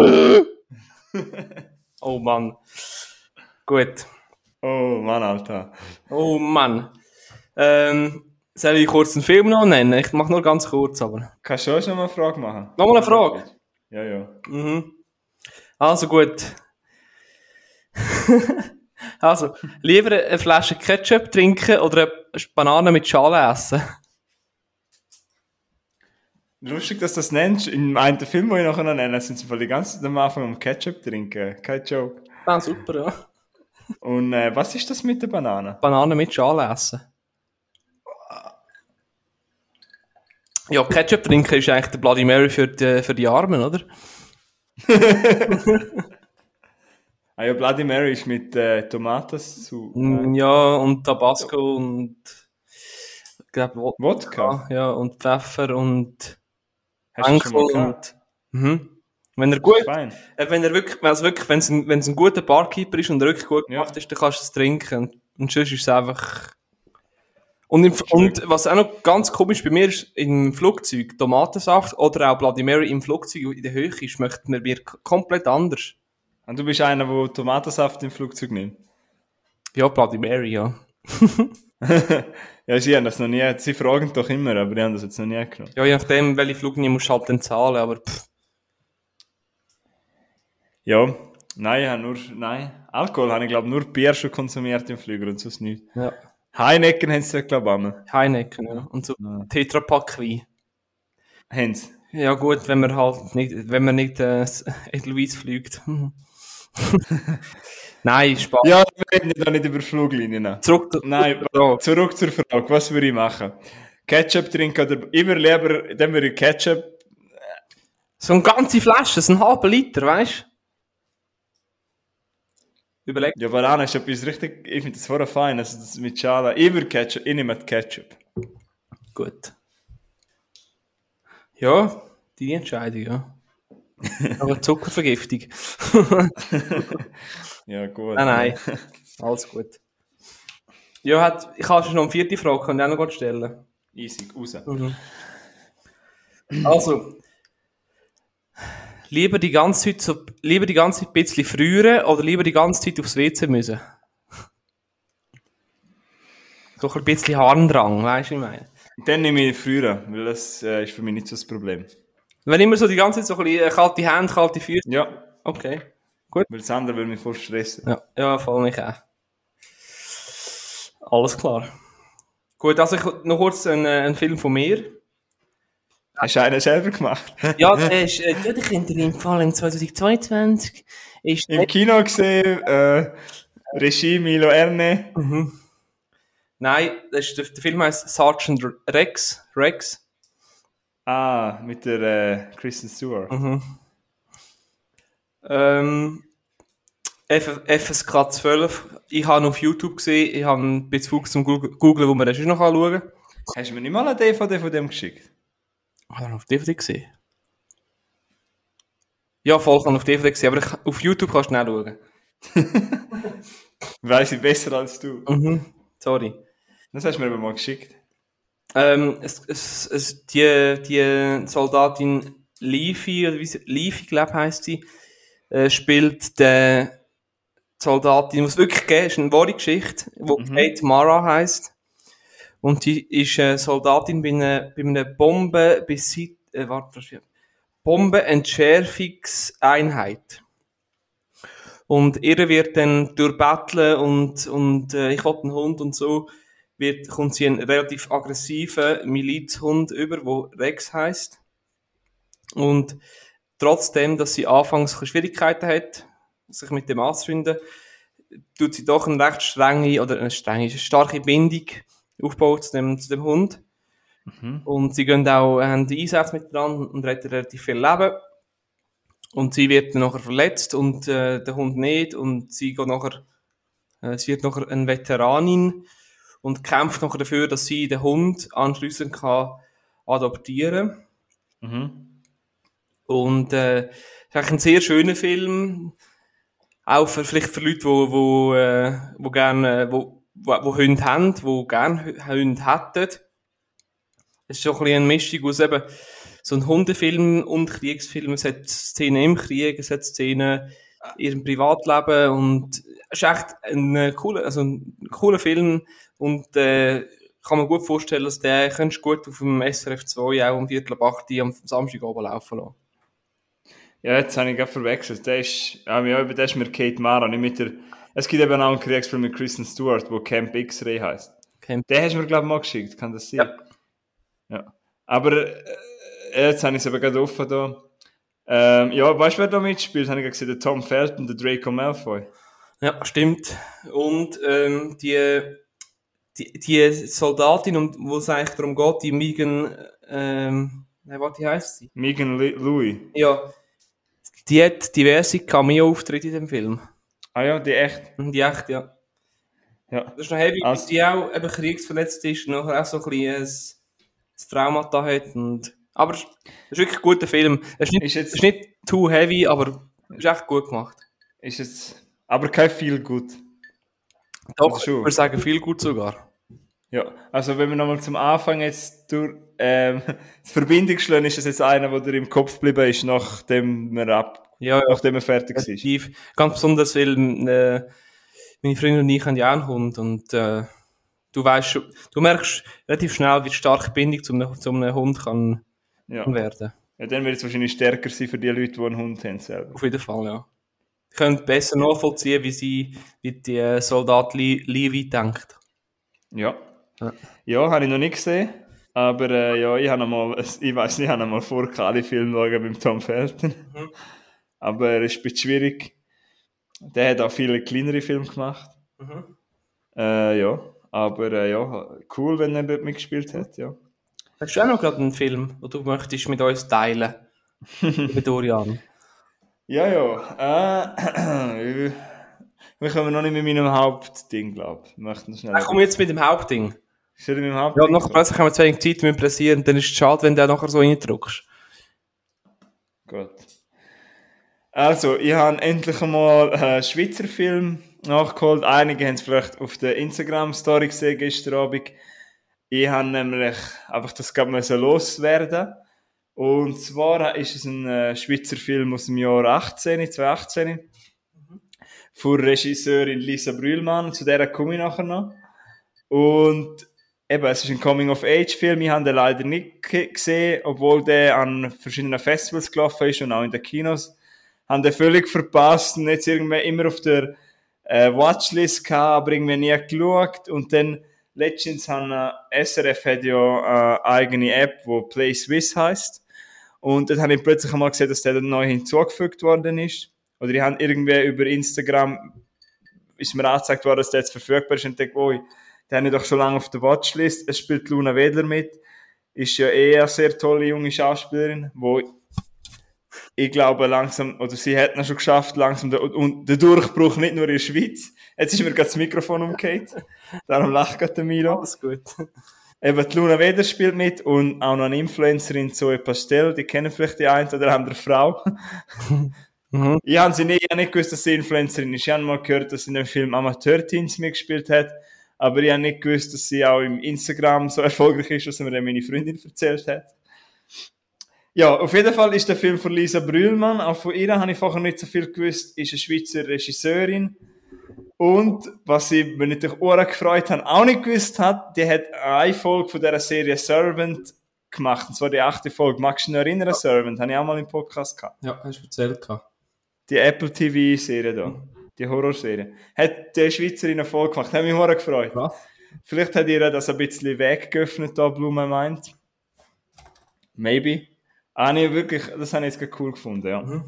Oh Mann. Gut. Oh Mann, Alter. Oh Mann. Soll ich kurz einen Film noch nennen? Ich mache nur ganz kurz, aber. Kannst du auch schon mal eine Frage machen? Nochmal eine Frage? Ja. Also gut. Also, lieber eine Flasche Ketchup trinken oder eine Banane mit Schale essen? Lustig, dass du das nennst. In einem Film, den ich nachher noch nenne, sind sie die ganze Zeit am Anfang um Ketchup trinken. Kein Joke. Ah, super, ja. Und was ist das mit der Banane? Banane mit Schale essen. Ja, Ketchup trinken ist eigentlich der Bloody Mary für die Armen, oder? Ah ja, Bloody Mary ist mit Tomaten zu. Ja, und Tabasco und ich glaube Wodka? Ja, und Pfeffer und Hast du schon mal und wenn er gut, wenn es ein guter Barkeeper ist und er wirklich gut gemacht ist, dann kannst du es trinken. Und sonst ist es einfach. Und was auch noch ganz komisch bei mir ist, im Flugzeug, Tomatensaft oder auch Bloody Mary im Flugzeug in der Höhe schmeckt mir komplett anders. Und du bist einer, der Tomatensaft im Flugzeug nimmt? Ja, Bloody Mary, ja. Ja, sie haben das noch nie, sie fragen doch immer, aber die haben das jetzt noch nie genommen. Ja, je nachdem, welche Fluglinie musst du halt dann zahlen, aber Ja, nein, Alkohol habe ich glaube nur Bier schon konsumiert im Flüger und sonst nichts. Ja. Heineken haben sie glaube ich einmal. Heineken, ja. Und so Tetrapack Wein. Haben sie? Ja gut, wenn man nicht Edelweiss fliegt. Nein, Spaß. Ja, wir reden ja nicht über Fluglinien. Zurück zur Frage, was würde ich machen? Ketchup trinken oder immer lieber, dann würde ich Ketchup. So eine ganze Flasche, so einen halben Liter, weißt du? Überleg. Ja, Banane ist etwas richtig, ich finde das voll fein, also das mit Schale. Ich nehme Ketchup. Gut. Ja, die Entscheidung, ja. Aber Zuckervergiftung. Ja, gut. Nein. Alles gut. Ja, ich habe schon noch eine 4. Frage, kann ich auch noch stellen. Easy, raus. Also, Lieber die ganze Zeit ein bisschen früher oder lieber die ganze Zeit aufs WC müssen? So ein bisschen Harndrang, weißt du, was ich meine? Dann nehme ich früher, weil das ist für mich nicht so das Problem. Wenn immer so die ganze Zeit so ein bisschen kalte Hände, kalte Füße. Ja. Okay, gut. Weil das andere würde mich voll stressen. Ja, voll mich auch. Alles klar. Gut, also ich noch kurz einen Film von mir. Hast du einen selber gemacht? Ja, der ist, der könnte dir empfallen, 2022. Ist Im Kino gesehen, Regie Milo Erne. Nein, der Film heisst Sergeant Rex. Ah, mit der Kristen Stewart. FSK 12. Ich habe ihn auf YouTube gesehen. Ich habe ein bisschen Fuchs zum Googlen, wo man das noch anschauen kann. Hast du mir nicht mal eine DVD von dem geschickt? Habe ich auf DVD gesehen? Ja, voll, ich habe auf DVD gesehen, aber auf YouTube kannst du nicht schauen. Weiss ich besser als du. Sorry. Das hast du mir aber mal geschickt. Die Soldatin Leafy, oder Leafy, glaube ich, heisst sie, spielt die Soldatin, muss es wirklich geben, ist eine wahre Geschichte, die Kate Mara heisst. Und die ist Soldatin bei einer Bombenentschärfungseinheit. Und ihr wird dann durch Betteln und ich will einen Hund und so, kommt sie einen relativ aggressiven Milizhund über, der Rex heisst. Und trotzdem, dass sie anfangs Schwierigkeiten hat, sich mit dem anzufinden, tut sie doch eine recht starke Bindung aufbauen zu dem Hund. Und sie haben die Einsätze miteinander und retten relativ viel Leben. Und sie wird dann nachher verletzt und der Hund nicht. Und sie wird nachher eine Veteranin und kämpft nachher dafür, dass sie den Hund anschliessend kann adoptieren kann. Und es ist eigentlich ein sehr schöner Film. Auch vielleicht für Leute, die gerne Hunde haben, die gerne Hunde hätten. Es ist schon ein bisschen eine Mischung aus eben so ein Hundefilm und Kriegsfilm. Es hat Szenen im Krieg, es hat Szenen in ihrem Privatleben und es ist echt ein cooler Film und kann man gut vorstellen, dass der könntest du gut auf dem SRF 2 auch um 7:45 am Samstag oben laufen lassen. Ja, jetzt habe ich gerade verwechselt. Der ist mit Kate Mara, nicht mit der... Es gibt eben auch einen Kriegsfilm mit Kristen Stewart, der Camp X-Ray heisst. Den hast du mir, glaube ich, mal geschickt, kann das sein? Ja. Aber jetzt habe ich es aber gerade offen da. Weißt du, wer da mitspielt? Habe ich gesehen, der Tom Felton, der Draco Malfoy. Ja, stimmt. Und die Soldatin, wo es eigentlich darum geht, die Megan... wie heisst sie? Megan Louis. Ja. Die hat diverse Cameo-Auftritte in dem Film. Ah ja, die echt? Die echt, ja. Das ist noch heavy, dass die auch eben kriegsverletzt ist und nachher auch so ein bisschen ein Traumata hat. Aber es ist wirklich ein guter Film. Es ist nicht too heavy, aber es ist echt gut gemacht. Ist jetzt aber kein viel gut. Doch, ich würde sagen, viel gut sogar. Ja, also wenn wir nochmal zum Anfang jetzt durch die Verbindung schlagen, ist das jetzt einer, der im Kopf geblieben ist, nachdem er fertig ist. Ganz besonders, weil meine Freundin und ich haben ja auch einen Hund und du merkst relativ schnell, wie stark die Bindung zu einem Hund kann werden. Ja, dann wird es wahrscheinlich stärker sein für die Leute, die einen Hund haben selber. Auf jeden Fall, ja. Die können besser nachvollziehen, wie die Soldat Levi denkt. Ja, habe ich noch nicht gesehen. Aber ich habe einmal vor, alle Filme schauen beim Tom Felton. Aber es ist ein bisschen schwierig. Der hat auch viele kleinere Filme gemacht. Cool, wenn er dort mitgespielt hat, ja. Hast du auch noch gerade einen Film, den du möchtest mit uns teilen? Liebe Dorian. Wir kommen noch nicht mit meinem Hauptding, glaube ich. Komm jetzt mit dem Hauptding. Soll ich mit dem Hauptding? Ja, nachher plötzlich haben wir zu wenig Zeit, mit pressieren, dann ist es schade, wenn du nachher so reindrückst. Gut. Also, ich habe endlich einmal einen Schweizer Film nachgeholt. Einige haben es vielleicht auf der Instagram-Story gesehen gestern Abend. Ich habe nämlich einfach das gerade loswerden. Und zwar ist es ein Schweizer Film aus dem Jahr 2018. Von Regisseurin Lisa Brühlmann, zu der komme ich nachher noch. Und eben, es ist ein Coming-of-Age-Film, ich habe den leider nicht gesehen, obwohl der an verschiedenen Festivals gelaufen ist und auch in den Kinos. Habe den völlig verpasst und jetzt irgendwie immer auf der Watchlist gehabt, aber irgendwie nie geschaut. Und dann letztens SRF hat ja eine eigene App, die Play Swiss heisst. Und dann habe ich plötzlich einmal gesehen, dass der dann neu hinzugefügt worden ist. Oder ich habe irgendwie über Instagram ist mir angezeigt worden, dass der jetzt verfügbar ist und denke, oh, den habe ich doch schon lange auf der Watchlist. Es spielt Luna Wedler mit. Ist ja eine sehr tolle junge Schauspielerin, wo ich glaube langsam, oder sie hat noch schon geschafft, langsam den Durchbruch nicht nur in der Schweiz. Jetzt ist mir gerade das Mikrofon umgekehrt. Darum lacht gerade der Milo. Alles gut. Eben, die Luna Wedler spielt mit und auch noch eine Influencerin, Zoe Pastel, die kennen vielleicht die eine oder andere Frau. Ich habe nicht gewusst, dass sie Influencerin ist. Ich habe mal gehört, dass sie in dem Film Amateur-Teens mitgespielt hat, aber ich habe nicht gewusst, dass sie auch im Instagram so erfolgreich ist, was mir dann meine Freundin erzählt hat. Ja, auf jeden Fall ist der Film von Lisa Brühlmann, auch von ihr habe ich vorher nicht so viel gewusst, ist eine Schweizer Regisseurin. Und was ich mir natürlich auch gefreut habe, auch nicht gewusst hat, die hat eine Folge von dieser Serie Servant gemacht, und zwar die 8. Folge. Magst du dich noch erinnern, Servant? Habe ich auch mal im Podcast gehabt. Ja, hast du erzählt. Die Apple TV-Serie da, die Horrorserie. Hat die Schweizerin eine Folge gemacht, hat mich sehr gefreut. Was? Vielleicht hat ihr das ein bisschen weggeöffnet, da Blume meint. Maybe. Wirklich, das habe ich jetzt cool gefunden,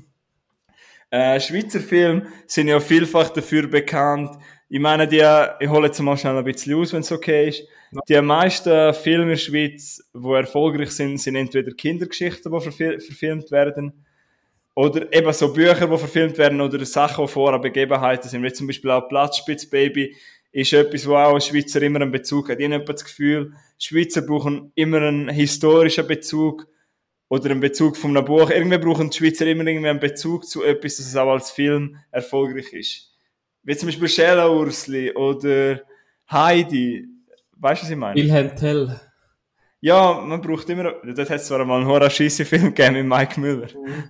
ja. Schweizer Filme sind ja vielfach dafür bekannt. Ich meine, ich hole jetzt mal schnell ein bisschen aus, wenn es okay ist. Ja. Die meisten Filme in der Schweiz, die erfolgreich sind, sind entweder Kindergeschichten, die verfilmt werden, oder eben so Bücher, die verfilmt werden, oder Sachen, die vorher Begebenheiten sind. Wie zum Beispiel auch Platzspitzbaby ist etwas, wo auch ein Schweizer immer einen Bezug hat. Ich habe das Gefühl, Schweizer brauchen immer einen historischen Bezug oder einen Bezug von einem Buch. Irgendwie brauchen die Schweizer immer irgendwie einen Bezug zu etwas, dass es auch als Film erfolgreich ist. Wie zum Beispiel Schäla Ursli oder Heidi. Weißt du, was ich meine? Wilhelm Tell. Ja, man braucht immer, dort hat es zwar mal einen Horror-Scheisse-Film gegeben mit Mike Müller.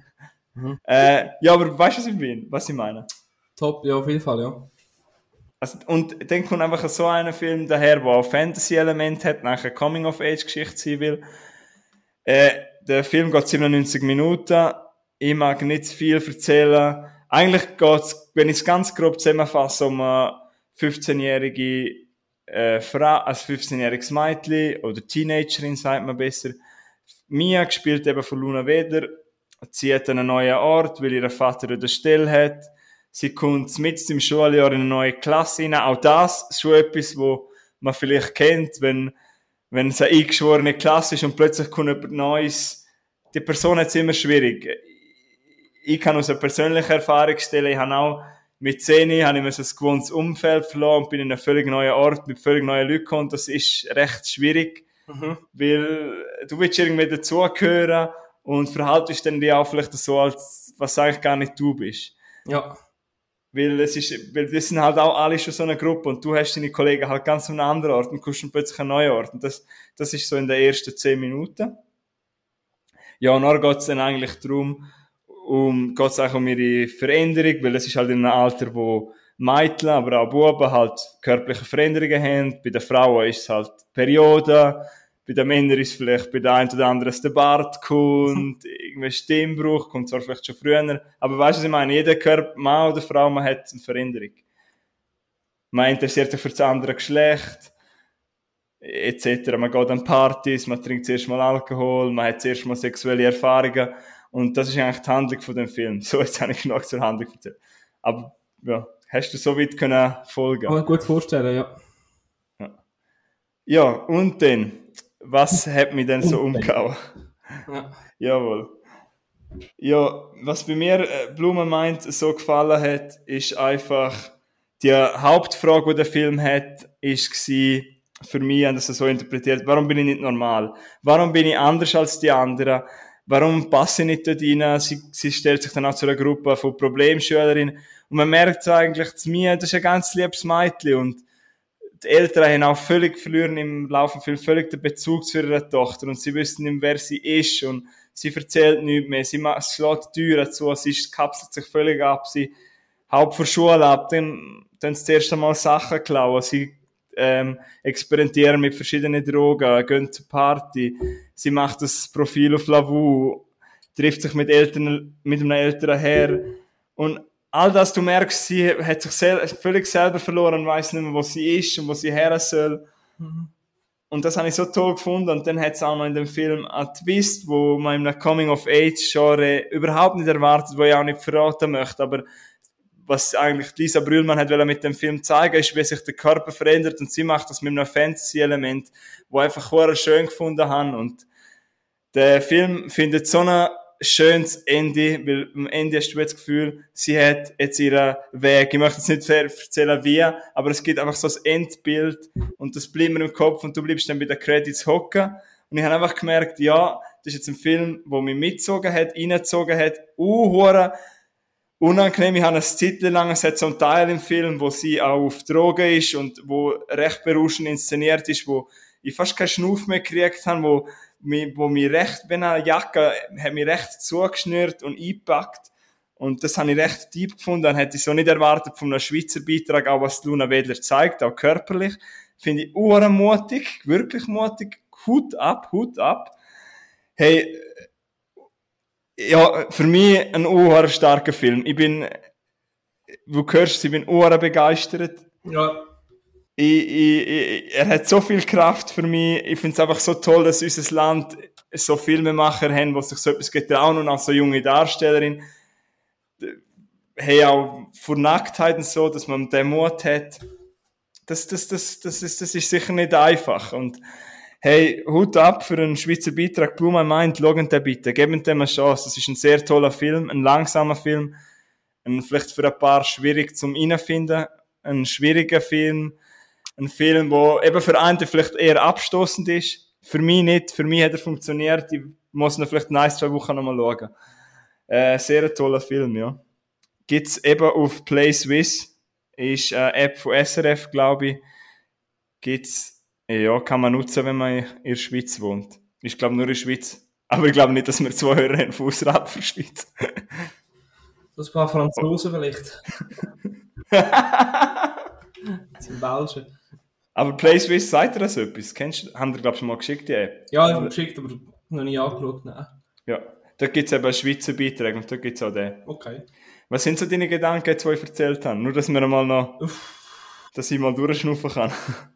Ja, aber weißt du, was ich meine? Top, ja, auf jeden Fall, ja. Also, und dann kommt einfach so ein Film daher, der auch Fantasy-Element hat, nachher Coming-of-Age-Geschichte sein will. Der Film geht 97 Minuten. Ich mag nicht zu viel erzählen. Eigentlich geht es, wenn ich es ganz grob zusammenfasse, um eine 15-jährige Frau, als 15-jähriges Mädchen oder Teenagerin, sagt man besser. Mia, gespielt eben von Luna Wedler, zieht an einen neuen Ort, weil ihr Vater eine Stelle hat. Sie kommt mitten im Schuljahr in eine neue Klasse rein. Auch das ist schon etwas, wo man vielleicht kennt, wenn es eine eingeschworene Klasse ist und plötzlich kommt jemand Neues. Die Person hat es immer schwierig. Ich kann aus einer persönlichen Erfahrung stellen, ich habe auch mit 10 habe ich mir so ein gewohntes Umfeld verloren und bin in einen völlig neuen Ort mit völlig neuen Leuten gekommen. Das ist recht schwierig, weil du willst irgendwie dazugehören und verhaltest dann dich auch vielleicht so, als was eigentlich gar nicht du bist. Ja. Weil wir sind halt auch alle schon so eine Gruppe und du hast deine Kollegen halt ganz an einem anderen Ort und kommst dann plötzlich an einen neuen Ort. Und das ist so in den ersten 10 Minuten. Ja, und dann geht es dann eigentlich darum, geht's auch um ihre Veränderung, weil es ist halt in einem Alter, wo Mädchen, aber auch Buben halt körperliche Veränderungen haben. Bei den Frauen ist es halt Periode, bei den Männern ist es vielleicht bei der einen oder anderen, dass der Bart kommt, irgendwie Stimmbruch, kommt zwar vielleicht schon früher, aber weißt du, was ich meine? Jeder Körper, Mann oder Frau, man hat eine Veränderung. Man interessiert sich für das andere Geschlecht, etc. Man geht an Partys, man trinkt zuerst mal Alkohol, man hat zuerst mal sexuelle Erfahrungen und das ist eigentlich die Handlung von dem Film. So, jetzt habe ich genug zur Handlung erzählt. Aber, ja, hast du so weit können folgen? Kann man gut vorstellen, ja. Ja, und dann, was hat mich denn so umgehauen? Ja. Jawohl. Ja, was bei mir Blume meint so gefallen hat, ist einfach die Hauptfrage, die der Film hat, ist für mich, und das so interpretiert, warum bin ich nicht normal? Warum bin ich anders als die anderen? Warum passe ich nicht dort rein? Sie stellt sich dann auch zu einer Gruppe von Problemschülerinnen und man merkt so eigentlich, zu mir, das ist ein ganz liebes Mädchen und die Eltern haben auch völlig verloren im Laufe des Films völlig den Bezug zu ihrer Tochter und sie wissen nicht, wer sie ist und sie erzählt nichts mehr, sie schlägt die Türen zu, sie kapselt sich völlig ab, sie haut von Schule ab, dann sie das erste Mal Sachen klauen, sie experimentieren mit verschiedenen Drogen, gehen zur Party, sie macht das Profil auf Lavu, trifft sich mit einem älteren Herr und all das, du merkst, sie hat sich völlig selber verloren und weiss nicht mehr, wo sie ist und wo sie her soll. Mhm. Und das habe ich so toll gefunden. Und dann hat es auch noch in dem Film einen Twist, wo man in einem Coming-of-Age-Genre überhaupt nicht erwartet, wo ich auch nicht verraten möchte. Aber was eigentlich Lisa Brühlmann hat mit dem Film zeigen, ist, wie sich der Körper verändert. Und sie macht das mit einem Fantasy-Element, wo einfach sehr schön gefunden haben. Und der Film findet so ein schönes Ende, weil am Ende hast du das Gefühl, sie hat jetzt ihren Weg. Ich möchte jetzt nicht erzählen, wie, aber es gibt einfach so ein Endbild und das bleibt mir im Kopf und du bleibst dann bei den Credits hocken. Und ich habe einfach gemerkt, ja, das ist jetzt ein Film, der mich mitgezogen hat, reingezogen hat, unangenehm. Ich habe eine Zeit lang, es hat so einen Teil im Film, wo sie auch auf Drogen ist und wo recht berauschend inszeniert ist, wo ich fast keinen Schnuff mehr gekriegt habe, wo mich recht, wenn eine Jacke, hat mich recht zugeschnürt und eingepackt. Und das habe ich recht deep gefunden. Dann hätte ich so nicht erwartet von einem Schweizer Beitrag, auch was Luna Wedler zeigt, auch körperlich. Finde ich mutig, wirklich mutig. Hut ab. Hey, ja, für mich ein starker Film. Du hörst, ich bin begeistert. Ja. Er hat so viel Kraft für mich. Ich finde es einfach so toll, dass unser Land so Filmemacher haben, die sich so etwas getrauen und auch so junge Darstellerin. Hey, auch vor Nacktheit und so, dass man den Mut hat. Das ist sicher nicht einfach. Und hey, Hut ab für einen Schweizer Beitrag. Blue My Mind, schauen den bitte. Geben dem eine Chance. Das ist ein sehr toller Film, ein langsamer Film. Vielleicht für ein paar schwierig zum Reinfinden. Ein schwieriger Film. Ein Film, der eben für einen vielleicht eher abstoßend ist. Für mich nicht. Für mich hat er funktioniert. Ich muss ihn vielleicht in 1-2 Wochen nochmal schauen. Sehr ein toller Film, ja. Gibt's eben auf Play Swiss. Ist eine App von SRF, glaube ich. Gibt's, ja, kann man nutzen, wenn man in der Schweiz wohnt. Ich glaube nur in der Schweiz. Aber ich glaube nicht, dass wir 2 Hörer haben von außerhalb der Schweiz. Das paar Franzosen vielleicht. Das sind Belgen. Aber Play Swiss, sagt ihr das etwas? Haben ihr, glaube ich, schon mal geschickt, die App? Ja, ich habe geschickt, aber noch nie angeschaut. Nein. Ja, da gibt es eben Schweizer Beiträge und da gibt es auch den. Okay. Was sind so deine Gedanken, die ich erzählt habe? Nur, dass wir mal noch, dass ich mal durchschnaufen kann.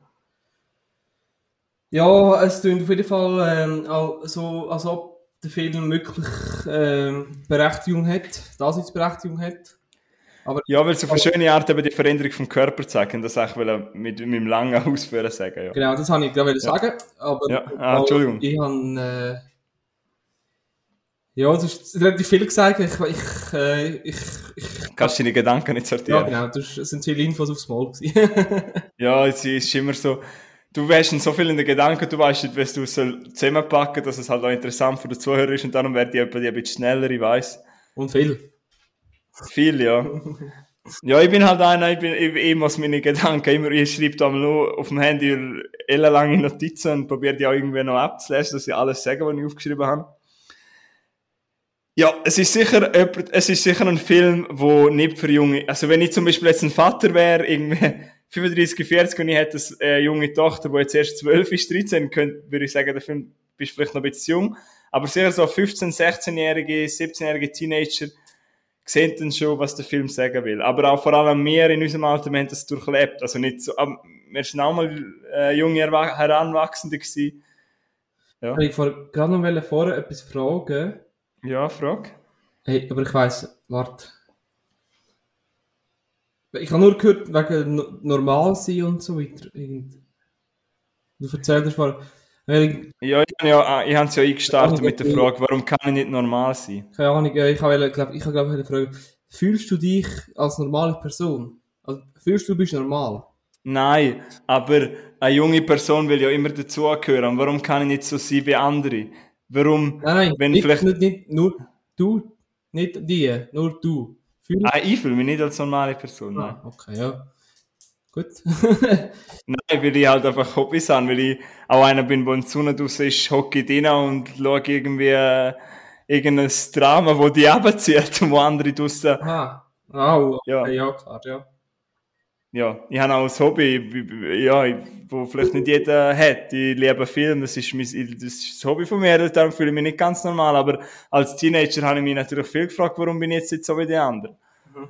Ja, es klingt auf jeden Fall so, als ob der Film wirklich Berechtigung hat, Daseinsberechtigung hat. Aber ja, weil so auf eine schöne Art eben die Veränderung vom Körper zeigen, das ich mit meinem langen Ausführen sagen. Ja. Genau, das wollte ich gerade sagen. Aber ja. Entschuldigung. Ich habe ja, du hast relativ viel gesagt. Ich kannst deine Gedanken nicht sortieren. Ja, genau, das sind viele Infos aufs Mal gewesen. Ja, es ist immer so, du weißt so viel in den Gedanken, du weißt nicht, was du zusammenpacken sollst, dass es halt auch interessant für den Zuhörer ist und darum werde ich ein bisschen schneller, ich weiss. Und viel. Viel, ja. Ja, ich bin halt einer, ich muss meine Gedanken immer, ich schreibe da mal auf dem Handy ellenlange Notizen und probiere die auch irgendwie noch abzulesen, dass ich alles sage, was ich aufgeschrieben habe. Ja, es ist sicher ein Film, wo nicht für Junge, also wenn ich zum Beispiel jetzt ein Vater wäre, irgendwie 35, 40 und ich hätte eine junge Tochter, die jetzt erst 12 ist, 13, würde ich sagen, der Film bist vielleicht noch ein bisschen jung, aber sicher so 15, 16-jährige, 17-jährige Teenager sehen dann schon, was der Film sagen will. Aber auch vor allem wir in unserem Alter, wir haben das durchlebt. Also nicht so, wir sind auch mal junge Heranwachsende gewesen. Ja. Ich wollte gerade noch vorher etwas fragen. Ja, frag. Hey, aber ich weiss, warte. Ich habe nur gehört, wegen normal sein und so weiter. Du erzählst vorher. Ich habe es ja eingestartet mit der Frage, warum kann ich nicht normal sein? Keine Ahnung, ich habe fragen, fühlst du dich als normale Person? Also, fühlst du bist normal? Nein, aber eine junge Person will ja immer dazugehören. Warum kann ich nicht so sein wie andere? Warum, nein, wenn nicht, vielleicht... nicht nur du, nicht die, nur du. Ich fühle mich nicht als normale Person, nein. Okay, ja. Gut. Nein, weil ich halt einfach Hobbys habe, weil ich auch einer bin, der in die Sonne draussen ist, hocke ich drin und schaue irgendwie irgendein Drama, wo die abzieht und wo andere draussen... Aha. Oh, Ja. okay, ja, klar, ja. Ja, ich habe auch ein Hobby, ja, wo vielleicht nicht jeder hat. Ich liebe Film, das ist das Hobby von mir, darum fühle ich mich nicht ganz normal, aber als Teenager habe ich mich natürlich viel gefragt, warum bin ich jetzt nicht so wie die anderen.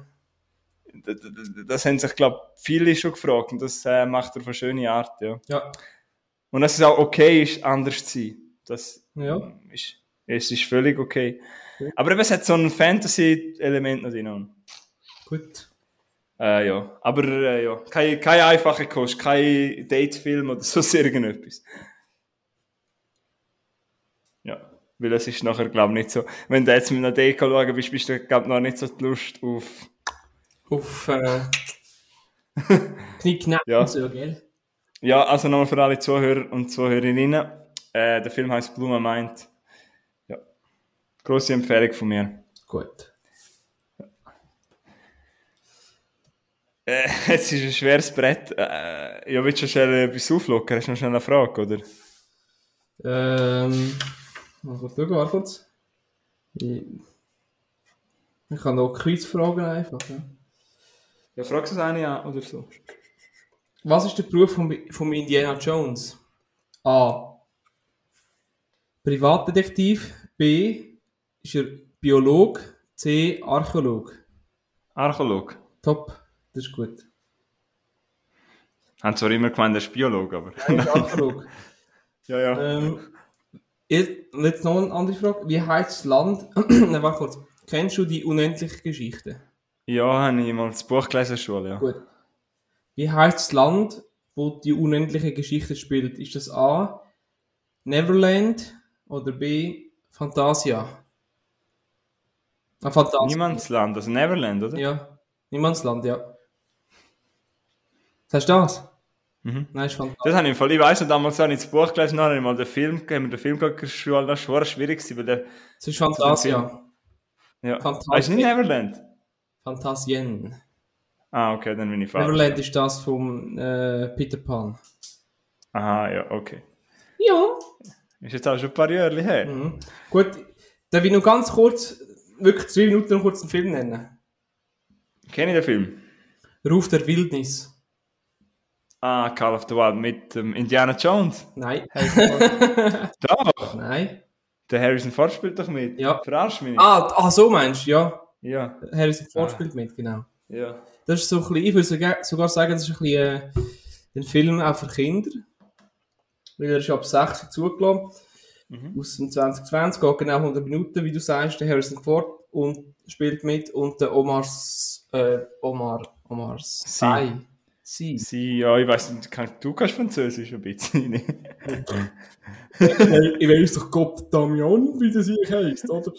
Das haben sich, glaube ich, viele schon gefragt und das macht er auf eine schöne Art, ja. Ja. Und dass es auch okay ist, anders zu sein. Das Ja. es ist völlig okay. Ja. Aber eben, es hat so ein Fantasy-Element noch drin. Gut. Ja, aber ja, keine einfache Kost, kein Datefilm oder so irgendetwas. Ja, weil es ist nachher, glaube ich, nicht so. Wenn du jetzt mit einer Deko schauen bist, bist du, glaube ich, noch nicht so die Lust auf... Knickknack Ja. und so, gell? Ja, also nochmal für alle Zuhörer und Zuhörerinnen. Der Film heißt Blue My Mind. Ja, grosse Empfehlung von mir. Gut. Es ist ein schweres Brett. Ja, willst du schnell etwas auflockern? Hast du noch schnell eine Frage, oder? Mal kurz schauen, warte kurz. Ich kann noch Quizfragen einfach. Ja. Ja, fragst du es eine an oder so? Was ist der Beruf von Indiana Jones? A. Privatdetektiv. B. Ist er Biolog. C. Archäolog. Archäolog. Top, das ist gut. Haben zwar immer gemeint, er ist Biologe, aber... Nein, ist Archäolog. Ja. Jetzt noch eine andere Frage. Wie heißt das Land? Nein, warte kurz. Kennst du die unendliche Geschichte? Ja, habe ich mal das Buch gelesen in der Schule, ja. Gut. Wie heißt das Land, wo die unendliche Geschichte spielt? Ist das A. Neverland oder B. Fantasia? Fantasia. Niemandsland, also Neverland, oder? Ja. Niemandsland, ja. Sagst du das? Mhm. Nein, ist Fantasia. Das habe ich im Fall, ich weiss noch, damals habe ich das Buch gelesen, dann habe ich mal den Film geschaut in der Schule, das war schwierig, weil der... Das ist Fantasia. Ja. Fantasia. Ah, ist nicht Neverland? Fantasien. Ah, okay, dann bin ich falsch. Neverland ist das vom Peter Pan. Aha, ja, okay. Ja. Ist jetzt auch schon ein paar Jahre her. Mhm. Gut, darf ich noch ganz kurz, wirklich 2 Minuten noch kurz einen Film nennen? Kenne ich den Film? Ruf der Wildnis. Ah, Call of the Wild mit Indiana Jones. Nein. Doch! Nein. Der Harrison Ford spielt doch mit. Ja. Verarsch mich nicht. Ah, so meinst du, ja. Ja. Harrison Ford spielt mit, genau. Ja. Das ist so ein bisschen, ich würde sogar sagen, das ist ein bisschen ein Film auch für Kinder. Weil er ist ab 6 zugelassen. Aus dem 2020, geht genau 100 Minuten, wie du sagst, der Harrison Ford und spielt mit und der Omar Sy. Sie, ja, ich weiss nicht, du kannst Französisch ein bisschen, nicht? Ich weiss doch Gott Damian, wie das hier heisst, oder?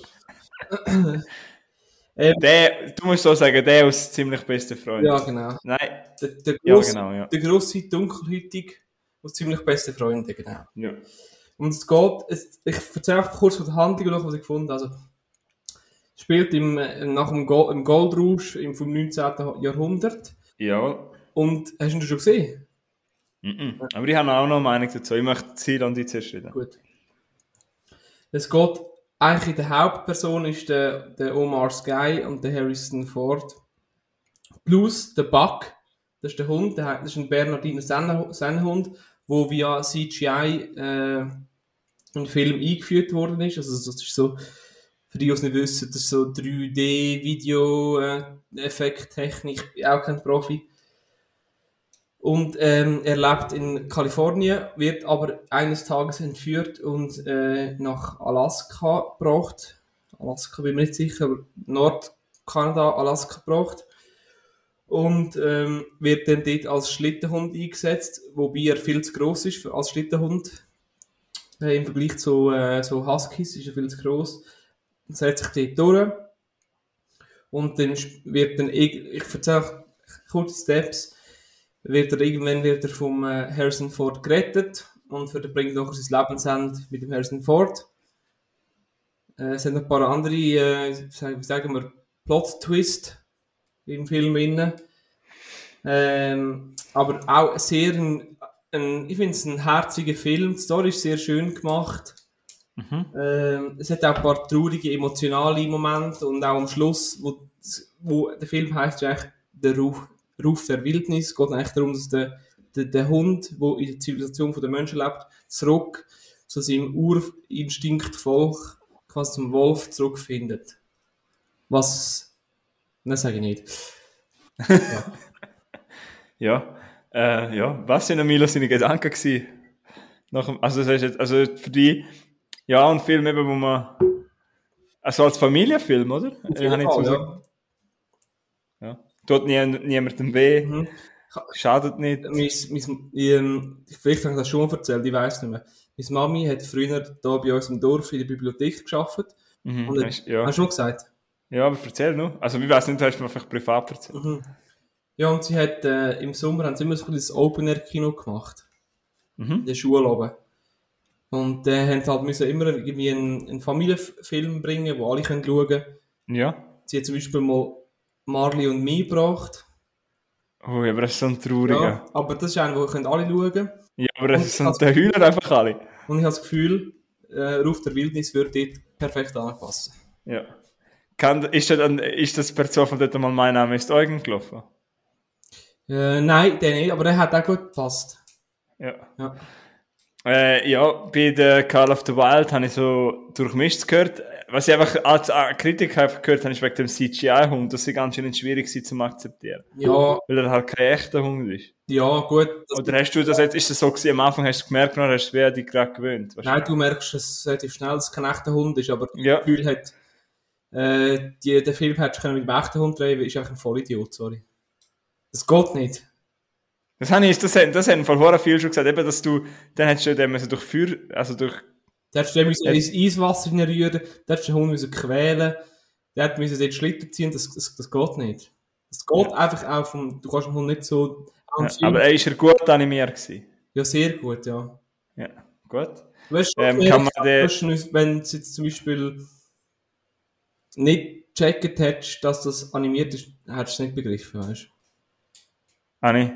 Du musst so sagen, der aus ziemlich beste Freund. Ja, genau. Nein. Der grosse Dunkelhäutige aus ziemlich beste Freunde, genau. Ja. Und es geht, ich erzähle einfach kurz von der Handlung und was ich gefunden habe. Also, spielt nach dem im Goldrush vom 19. Jahrhundert. Ja. Und hast du ihn schon gesehen? Aber ich habe auch noch eine Meinung dazu. Ich möchte sie dann die zuerst reden. Gut. Es geht, eigentlich die Hauptperson ist der Omar Sy und der Harrison Ford. Plus der Buck, das ist der Hund, das ist ein Bernardiner Sennenhund, der via CGI in den Film eingeführt worden ist. Also das ist so, für die, die es nicht wissen, das ist so 3D-Video-Effekttechnik, ich bin auch kein Profi. Und er lebt in Kalifornien, wird aber eines Tages entführt und nach Alaska gebracht. Alaska bin ich mir nicht sicher, aber Nordkanada, Alaska gebracht. Und wird dann dort als Schlittenhund eingesetzt, wobei er viel zu gross ist als Schlittenhund. Im Vergleich zu so Huskies ist er viel zu gross. Und setzt sich dort durch. Und dann wird dann, ich erzähle kurz Steps, irgendwann wird er vom Harrison Ford gerettet und verbringt nachher sein Lebensende mit dem Harrison Ford. Es sind noch ein paar andere, sagen wir, Plot-Twist im Film inne. Aber auch sehr ich finde es ein herziger Film. Die Story ist sehr schön gemacht. Es hat auch ein paar traurige, emotionale Momente und auch am Schluss, wo der Film heisst ja eigentlich der Ruf der Wildnis. Es geht eigentlich darum, dass der Hund, der in der Zivilisation der Menschen lebt, zurück zu seinem Urinstinkt Volk, quasi zum Wolf zurückfindet. Was? Nein, sage ich nicht. Ja. Was sind Milo seine Gedanken gewesen? Also für die, ja, ein Film eben, wo man, also als Familienfilm, oder? Ja. Tut niemandem weh, schadet nicht. Vielleicht habe ich das schon erzählt, ich weiss nicht mehr. Meine Mami hat früher hier bei uns im Dorf in der Bibliothek gearbeitet. Und hast du schon gesagt? Ja, aber erzähl noch. Also, ich weiss nicht, du hast mir vielleicht privat erzählt. Ja, und sie hat, im Sommer haben sie immer so ein Open-Air-Kino gemacht. In der Schule oben. Und haben halt müssen immer irgendwie einen Familienfilm bringen, wo alle schauen können. Ja. Sie hat zum Beispiel mal Marley und Me gebracht. Oh, aber das ist so ein trauriger. Ja, aber das ist einer, wo alle schauen können. Ja, aber das ist so der Hühner einfach alle. Und ich habe das Gefühl, Ruf der Wildnis würde dort perfekt anpassen. Ja. Ist das per Zufall dort mal mein Name ist Eugen gelaufen? Nein, der nicht, aber der hat auch gut gepasst. Ja. Bei der Call of the Wild habe ich so durchmischt gehört. Was ich einfach als Kritiker einfach gehört habe, ist wegen dem CGI-Hund, dass sie ganz schön schwierig sind zu akzeptieren. Ja. Weil er halt kein echter Hund ist. Ja, gut. Oder hast du das jetzt, ist das so gewesen, am Anfang hast du gemerkt, oder hast du dich gerade gewöhnt? Nein, du merkst es relativ schnell, dass es kein echter Hund ist, aber das Gefühl hat, der Film hättest du mit dem echten Hund drehen, ist einfach ein Vollidiot, sorry. Das geht nicht. Das haben vor vorher viel schon gesagt, eben, dass du, dann hättest du den durch Feuer, also durch... Der hättest du ins Eiswasser reinrühren, der hättest du den Hund quälen, der hättest du dort Schlitten ziehen, das geht nicht. Das geht einfach auch du kannst den Hund nicht so... aber ist er gut animiert gewesen? Ja, sehr gut, ja. Ja, gut. Weißt du, wenn du jetzt zum Beispiel nicht gecheckt hättest, dass das animiert ist, hättest du es nicht begriffen, weißt du? Nein,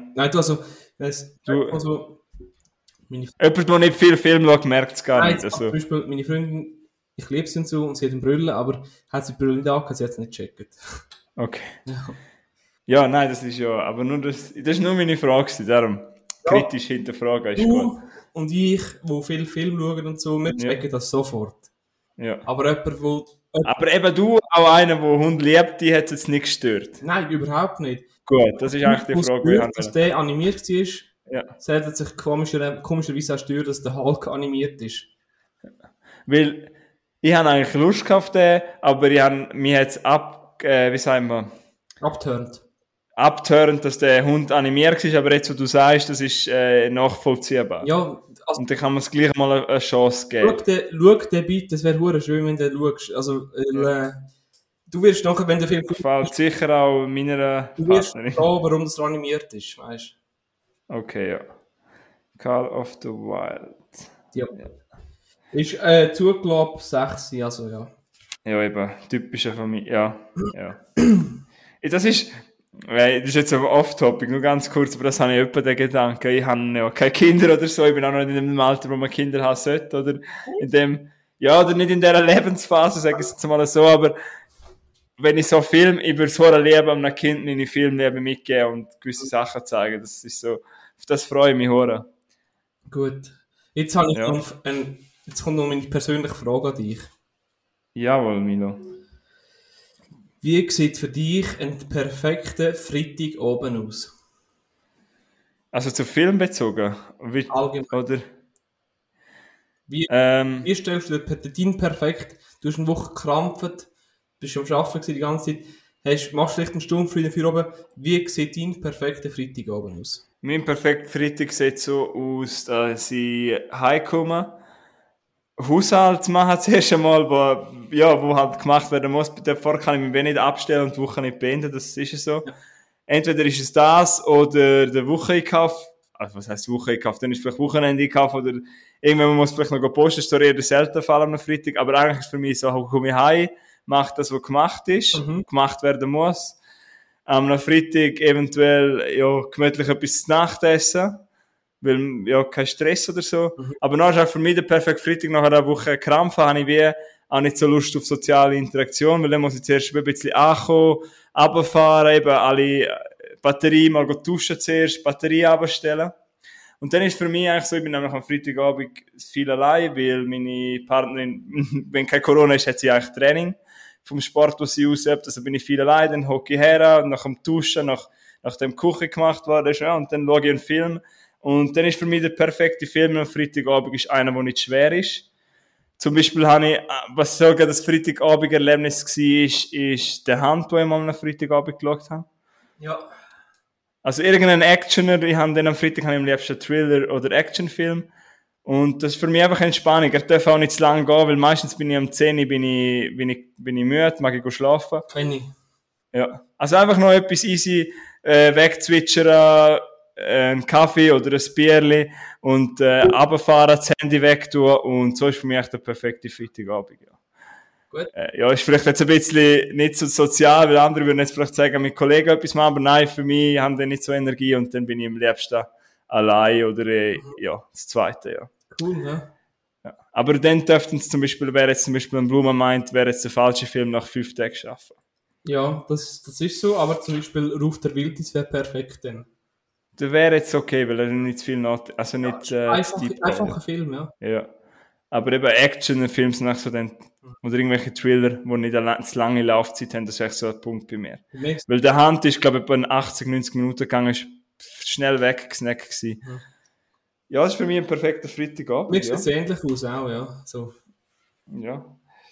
jemand, der nicht viel Film schaut, merkt es gar nicht. Also. Zum Beispiel meine Freundin, ich liebe sie und so, und sie hat eine Brille, aber hat sie die Brille nicht angehört, sie hat es nicht gecheckt. Okay. Ja, nein, das ist ja, aber nur das ist nur meine Frage, darum kritisch hinterfragen ist gut. Und ich, wo viel Film schauen und so, wir checken das sofort. Ja. Aber aber eben du, auch einer, der Hund liebt, die hat es jetzt nicht gestört? Nein, überhaupt nicht. Gut, das ist eigentlich die Frage, die dass der animiert war, sollte sich komischerweise auch stören, dass der Hulk animiert ist. Weil ich habe eigentlich Lust auf den, aber mich hat es abturnt, dass der Hund animiert ist, aber jetzt, wo du sagst, das ist nachvollziehbar. Ja, also, und dann kann man es gleich mal eine Chance geben. Schau den bitte, das wäre hure schön, wenn du schaust. Also, du wirst nachher, wenn der Film... Gefällt sicher auch meiner Partnerin. Du wirst verstehen, warum das animiert ist, weißt du? Okay, ja. Call of the Wild. Ja. Ist zugelassen 6, also ja. Ja, eben. Typische Familie, ja. Das ist jetzt aber off-topic, nur ganz kurz, aber das habe ich etwa den Gedanken. Ich habe ja keine Kinder oder so, ich bin auch noch nicht in dem Alter, wo man Kinder haben sollte, oder in dem, oder nicht in dieser Lebensphase, sage ich jetzt mal so, aber wenn ich so Film über das hohe Leben einem Kind in Filmleben mitgebe und gewisse Sachen zeige, das ist so, auf das freue ich mich hure. Gut. Jetzt habe ich jetzt kommt noch meine persönliche Frage an dich. Jawohl, Milo. Wie sieht für dich ein perfekter Freitag oben aus? Also zu Film bezogen? Allgemein. Oder? Wie stellst du dir deinen perfekt? Du hast eine Woche gekrampft, bist am Arbeiten die ganze Zeit, machst vielleicht eine Stunde für oben. Wie sieht dein perfekter Freitag oben aus? Mein perfekter Freitag sieht so aus, dass ich heimkomme, Haushalt machen zuerst einmal, wo halt gemacht werden muss. Davor kann ich mich nicht abstellen und die Woche nicht beenden, das ist so. Ja. Entweder ist es das oder der Wocheneinkauf. Also was heisst Wocheneinkauf? Dann ist vielleicht Wochenende-Einkauf oder irgendwann muss vielleicht noch posten, das ist eher der seltene Fall am Freitag. Aber eigentlich ist es für mich so, komme ich heim, mache das, was gemacht ist, gemacht werden muss. Am Freitag eventuell gemütlich etwas zu Nacht essen. weil, ja, kein Stress oder so. Aber dann ist auch für mich der perfekte Freitag, nach einer Woche Krampf, habe ich wie auch nicht so Lust auf soziale Interaktion, weil dann muss ich zuerst ein bisschen ankommen, runterfahren, eben alle Batterie mal duschen zuerst, Batterie abstellen. Und dann ist für mich eigentlich so, ich bin nämlich am Freitagabend viel allein, weil meine Partnerin, wenn kein Corona ist, hat sie eigentlich Training vom Sport, was sie ausübt. Also bin ich viel allein, dann hocke ich her, nach dem Duschen, nach dem Küche gemacht worden ist, ja, und dann schaue ich einen Film. Und dann ist für mich der perfekte Film am Freitagabend ist einer, der nicht schwer ist. Zum Beispiel habe ich, was sogar das Freitagabend-Erlebnis war, ist der Hand, den ich mal am Freitagabend geschaut habe. Ja. Also irgendein Actioner, ich habe den am Freitag am liebsten Thriller oder Actionfilm. Und das ist für mich einfach Entspannung. Er darf auch nicht zu lange gehen, weil meistens bin ich um 10 Uhr bin ich müde, mag ich schlafen. Kenn ich. Ja. Also einfach noch etwas easy, wegzwitschern, einen Kaffee oder ein Bierli und runterfahren, das Handy wegtun und so ist für mich echt der perfekte Freitagabend. Ja. Gut. Ja, ist vielleicht jetzt ein bisschen nicht so sozial, weil andere würden jetzt vielleicht sagen, mit Kollegen etwas machen, aber nein, für mich haben die nicht so Energie und dann bin ich am liebsten allein oder ja, das Zweite, ja. Cool, ja. Ja. Aber dann dürften es zum Beispiel, wäre jetzt zum Beispiel ein Blumen meint, wäre jetzt der falsche Film nach 5 Tagen schaffen. Ja, das ist so, aber zum Beispiel Ruf der Wildnis wäre perfekt dann. Der wäre jetzt okay, weil er nicht zu viel also nicht einfach ein Film, ja. Ja. Aber eben Action-Filme sind auch so dann, oder irgendwelche Thriller, die nicht eine zu lange Laufzeit haben, das ist echt so ein Punkt bei mir. Weil der Hand ist, glaube ich, etwa 80, 90 Minuten gegangen, ist schnell weggesnackt gewesen. Ja, das ist für mich ein perfekter Freitagabend. Mir sieht es ähnlich aus auch, ja. So. Ja.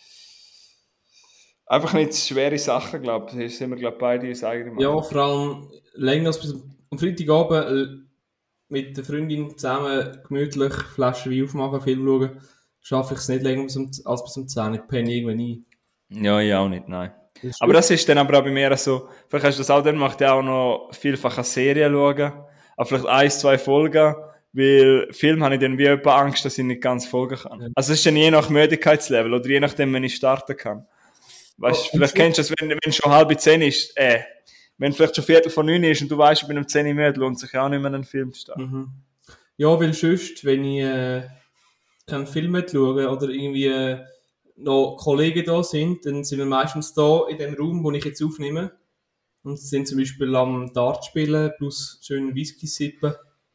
Einfach nicht schwere Sachen, glaube ich. Da sind wir, glaube ich, beide ins eigene Mal. Ja, vor allem länger als am Freitagabend mit der Freundin zusammen gemütlich Flaschen Wein aufmachen, Film schauen, schaffe ich es nicht länger als bis um 10 Uhr. Ich penne irgendwann ein. Ja, ich auch nicht, nein. Aber das ist dann aber auch bei mir so, vielleicht hast du das auch dann, macht ja auch noch vielfach eine Serie schauen, aber vielleicht 1, 2 Folgen, weil Film habe ich dann wie etwa Angst, dass ich nicht ganz folgen kann. Ja. Also es ist dann je nach Müdigkeitslevel oder je nachdem, wenn ich starten kann. Weißt du, vielleicht kennst du das, wenn schon 9:30 ist, wenn vielleicht schon 8:45 ist und du weißt, ich bin um 10 Uhr müde, lohnt sich ja auch nicht mehr einen Film zu starten. Mhm. Ja, weil sonst, wenn ich keinen Film schaue oder irgendwie noch Kollegen da sind, dann sind wir meistens da in dem Raum, wo ich jetzt aufnehme und sind zum Beispiel am Dart spielen plus schön Whisky sippen.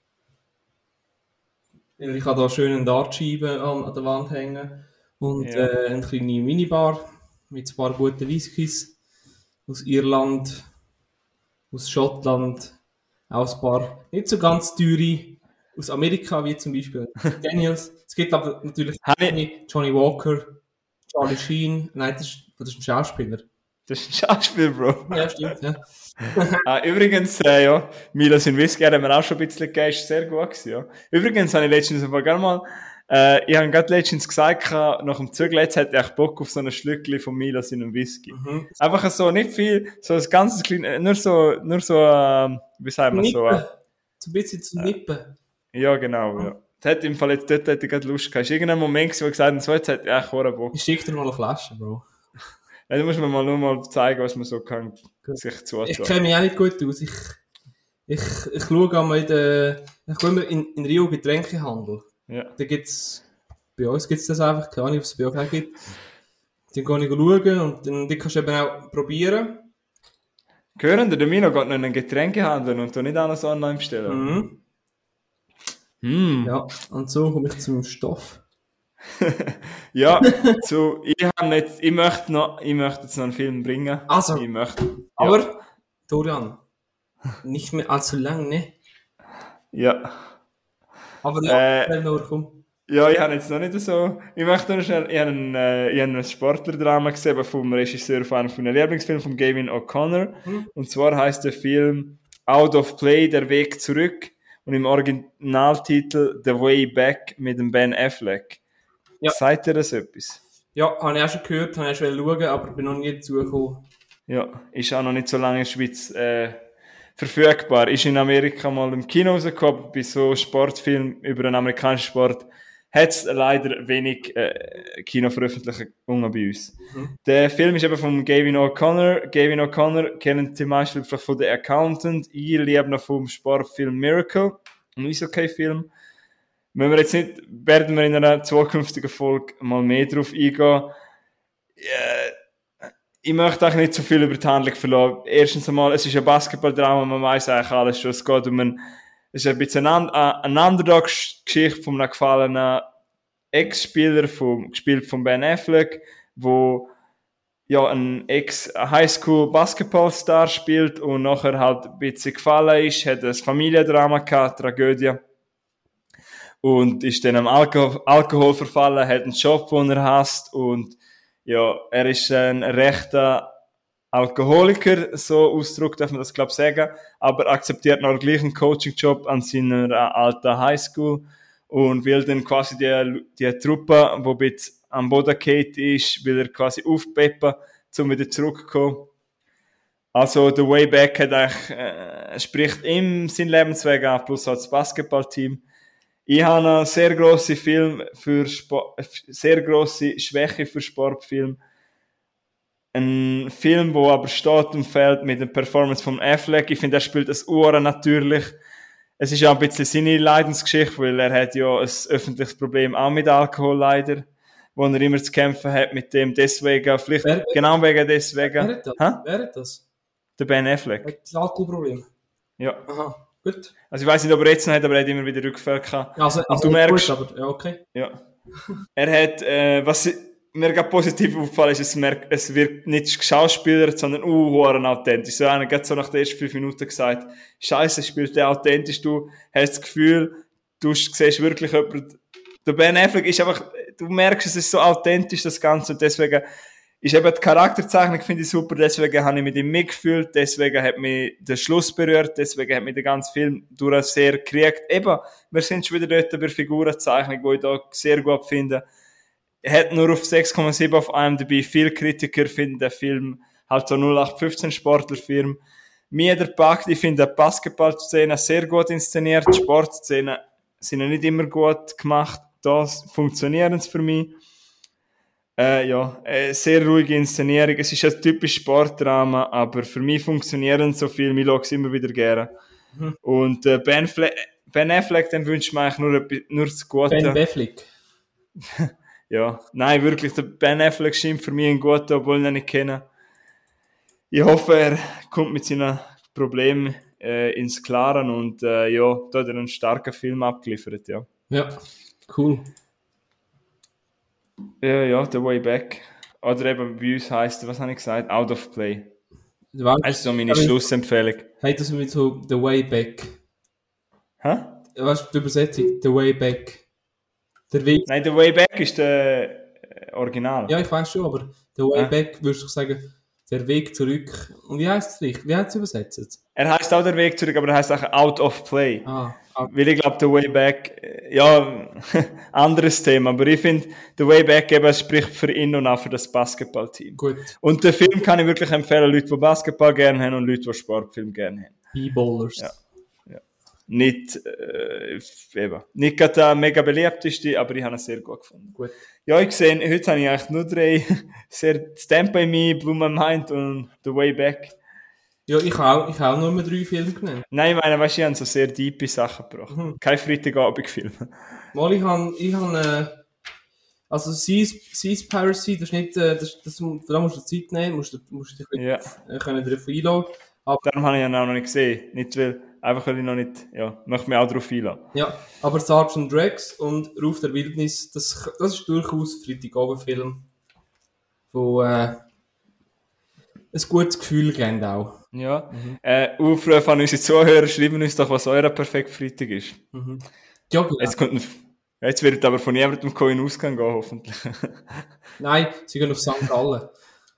Ich habe da schön eine Dartscheibe an der Wand hängen und eine kleine Minibar mit ein paar guten Whiskys aus Irland, aus Schottland, auch ein paar nicht so ganz teure aus Amerika, wie zum Beispiel Daniels. Es gibt aber natürlich Johnny Walker, Charlie Sheen. Nein, das ist ein Schauspieler. Das ist ein Schauspieler, Bro. Ja, stimmt, ja. Übrigens, ja, Milos in Whisky haben wir auch schon ein bisschen gegeben, ist sehr gut gewesen, ja. Übrigens habe ich letztens einfach gerne mal, ich habe gerade letztens gesagt, nach dem Zügel, jetzt hätte ich Bock auf so ein Schlückchen von Milos in einem Whisky. Mhm. Einfach so, nicht viel, so das ganze kleine, nur so, wie sagen wir so? So ein bisschen zu nippen. Ja, genau, ja. Das hätte im Fall jetzt, dort hätte ich gerade Lust gehabt. Es war irgendein Moment, wo ich gesagt habe, so, jetzt hätte ich echt Bock. Ich schicke dir mal eine Flasche, Bro. Ja, da muss man nur mal zeigen, was man so kann, sich zutrauen. Ich kenne mich auch nicht gut aus. Ich schaue einmal ich gehe immer in Rio Getränkehandel. Ja. Da gibt's, bei uns gibt es das einfach, keine Ahnung, ob es bei euch auch gibt. Dann gehe ich schauen und dann kannst du eben auch probieren. Hören der Mino geht noch in einen Getränkehandel und nicht alles online bestellen? Mhm. Ja, und so komme ich zum Stoff. Ja, ich möchte jetzt noch einen Film bringen. Also, ich möchte, aber, Dorian, nicht mehr allzu lang, ne? Ja. Aber ja, komm. Ja, ich habe jetzt noch nicht so, ich möchte noch schnell, ich habe ein Sportlerdrama gesehen vom Regisseur von einem meiner Lieblingsfilmen, von Gavin O'Connor. Und zwar heißt der Film Out of Play, der Weg zurück. Und im Originaltitel The Way Back mit dem Ben Affleck. Ja. Sagt ihr das etwas? Ja, habe ich auch schon gehört, habe ich schon schauen, aber bin noch nie dazugekommen. Ja, ist auch noch nicht so lange in der Schweiz verfügbar. Ist in Amerika mal im Kino rausgekommen, bei so Sportfilmen über einen amerikanischen Sport. Hat es leider wenig Kinoveröffentlichungen bei uns. Der Film ist eben von Gavin O'Connor. Gavin O'Connor kennen die meisten vielleicht von The Accountant. Ich liebe noch vom Sportfilm Miracle. ein Eishockey-Film. Wenn wir jetzt nicht, werden wir in einer zukünftigen Folge mal mehr drauf eingehen. Ich möchte eigentlich nicht so viel über die Handlung verlieren. Erstens einmal, es ist ein Basketballdrama, man weiß eigentlich alles schon. Es ist ein bisschen eine Underdog-Geschichte von einem gefallenen Ex-Spieler, gespielt von Ben Affleck, wo ja ein Ex-Highschool-Basketball-Star spielt und nachher halt ein bisschen gefallen ist, hat ein Familiendrama gehabt, Tragödie. Und ist dann am Alkohol verfallen, hat einen Job, den er hasst und ja, er ist ein rechter Alkoholiker, so Ausdruck darf man das glaube ich sagen, aber akzeptiert noch gleich einen Coaching-Job an seiner alten Highschool und will dann quasi die Truppe, die jetzt am Boden geht ist, will er quasi aufpeppen, um wieder zurückzukommen. Also The Way Back hat eigentlich, spricht ihm seinen Lebensweg an, plus als Basketballteam. Ich habe eine sehr grosse Schwäche für Sportfilme. Ein Film, der aber steht und fällt mit der Performance von Affleck. Ich finde, er spielt das Uhren natürlich. Es ist auch ein bisschen seine Leidensgeschichte, weil er hat ja ein öffentliches Problem auch mit Alkohol leider, wo er immer zu kämpfen hat mit dem. Deswegen, vielleicht genau wegen deswegen. Wer hat das? Der Ben Affleck. Hat das Alkoholproblem? Ja. Aha. Gut. Also ich weiß nicht, ob er jetzt noch hat, aber er hat immer wieder Rückfälle gehabt. Also du merkst, gut, aber ja, okay. Ja. Er hat, was mir gerade positiv aufgefallen ist, es wird nicht geschauspielert, sondern authentisch. So einer hat so nach den ersten 5 Minuten gesagt, Scheiße, spielt der authentisch, du hast das Gefühl, du siehst wirklich jemanden. Der Ben Affleck ist einfach, du merkst, es ist so authentisch, das Ganze, und deswegen ist eben die Charakterzeichnung, finde ich super, deswegen habe ich mit ihm mitgefühlt, deswegen hat mich der Schluss berührt, deswegen hat mich der ganze Film durch sehr gekriegt. Eben, wir sind schon wieder dort bei Figurenzeichnung, die ich da sehr gut finde. Er hat nur auf 6,7 auf IMDb. Viele Kritiker finden den Film halt so 0815 Sportlerfilm. Mir hat er gepackt, ich finde die Basketballszenen sehr gut inszeniert, die Sportszenen sind ja nicht immer gut gemacht, da funktionieren sie für mich. Sehr ruhige Inszenierung. Es ist ein typisches Sportdrama, aber für mich funktionieren so viel. Ich schaue es immer wieder gerne. Mhm. Und Ben Affleck, den wünscht man eigentlich nur das Gute. Ben Affleck. Ja, nein, wirklich, der Ben Affleck scheint für mich ein Guter, obwohl ich ihn nicht kenne. Ich hoffe, er kommt mit seinen Problemen ins Klaren und da hat er einen starken Film abgeliefert, ja. Ja, cool. Ja, The Way Back. Oder eben bei uns heisst, was habe ich gesagt? Out of Play. Also meine Schlussempfehlung. Heißt das mit so The Way Back? Hä? Was ist die Übersetzung? The Way Back. Nein, The Way Back ist der Original. Ja, ich weiß schon, aber The Way Back würdest du sagen, der Weg zurück. Und wie heisst es richtig? Wie heißt es übersetzt? Er heisst auch der Weg zurück, aber er heisst auch Out of Play. Weil ich glaube, The Way Back, ja, anderes Thema, aber ich finde, The Way Back eben spricht für ihn und auch für das Basketballteam. Gut. Und den Film kann ich wirklich empfehlen, Leute, die Basketball gerne haben und Leute, die Sportfilm gerne haben. E-Ballers. Ja. Nicht gerade der mega beliebteste, aber ich habe ihn sehr gut gefunden. Gut. Ja, ich sehe, heute habe ich eigentlich nur 3, Stand By Me, Blue My Mind und The Way Back. Ja, ich auch nur 3 Filme genannt. Nein, ich meine, weißt du, ich habe so sehr tiefe Sachen gebracht. Kein Freitagabend-Film. Mal, ich habe also Seaspiracy, das ist nicht, da musst du Zeit nehmen, musst du dich können darauf einloggen. Aber darum habe ich ihn auch noch nicht gesehen. Nicht, weil ich noch nicht, möchte mich auch darauf einlassen. Ja, aber Sergeant Rex und Ruf der Wildnis, das ist durchaus ein Freitagabend-Film, wo ein gutes Gefühl geben auch. Ja, Aufruf an unsere Zuhörer, schreiben uns doch, was euer perfekt Freitag ist. Mhm. Ja, genau. Jetzt wird aber von niemandem in Ausgang gehen, hoffentlich. Nein, sie gehen auf St. Gallen.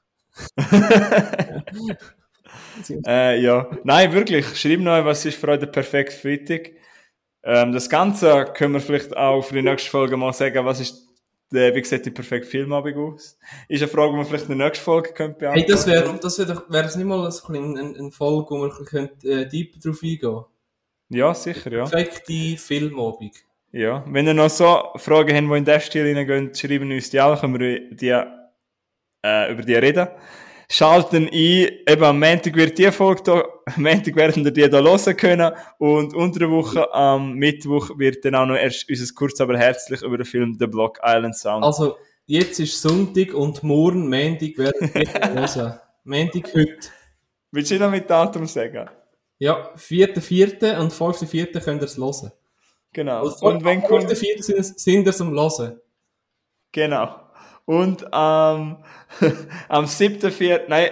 Nein, wirklich, schreibt noch, was ist für euch der perfekte Freitag. Das Ganze können wir vielleicht auch für die nächste Folge mal sagen, was ist, wie sieht die perfekte Filmabend aus? Ist eine Frage, die wir vielleicht in der nächsten Folge beantworten können. Hey, das wäre es nicht mal eine Folge, wo wir deeper drauf eingehen können? Ja, sicher, ja. Perfekte Filmabend. Ja, wenn ihr noch so Fragen habt, die in den Stil reingehen, schreiben uns die auch, können wir über die reden. schalten ein. Eben am Montag wird die Folge da, am Montag werden wir die da hören können. Und unter der Woche, am Mittwoch, wird dann auch noch erst unser kurz aber herzlich über den Film The Block Island Sound. Also, jetzt ist Sonntag und morgen, Montag, werden wir hören. Montag heute. Willst du noch mit Datum sagen? Ja, 4.4. und 5.4. könnt ihr es hören. Genau. Also, Und wenn kommt... 4.4. sind ihr es am Hören. Genau. Und am 7.4. Nein,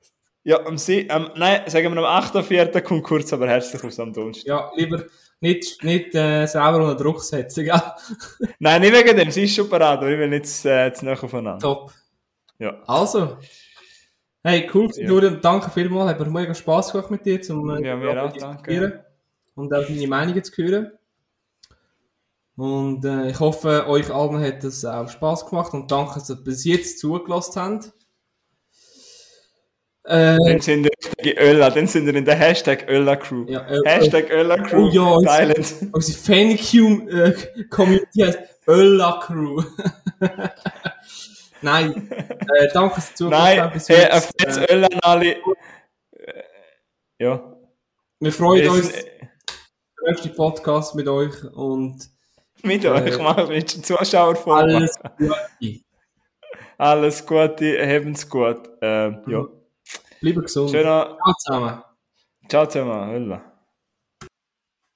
sagen wir am 8.4. kommt kurz aber herzlich aus am Donnerstag. Ja, lieber nicht selber unter Druck setzen, gell? Nein, nicht wegen dem, sie ist schon parat, aber ich will nicht zu nahe voneinander. Top. Ja. Also, hey, cool, Julian, danke vielmals, hat mir mega Spass gemacht mit dir, ja, mir auch, danke. Und auch deine Meinungen zu hören. Und ich hoffe, euch allen hat es auch Spass gemacht und danke, dass ihr bis jetzt zugelassen habt. Dann sind wir richtige Öla, dann sind wir in der Hashtag Öla Crew. Ja, Hashtag Öla Crew. Oh ja, unsere Fan-Community heißt Öla Crew. Nein, danke fürs Zugelassen. Nein, jetzt Öla an alle. Ja. Wir freuen uns auf den nächsten Podcast mit euch und mit euch, machen wir jetzt einen Zuschauer vor. Alles Gute. Alles Gute, haben's gut. Ja. Bleibt gesund. Schöner... Ciao zusammen. Ciao zusammen.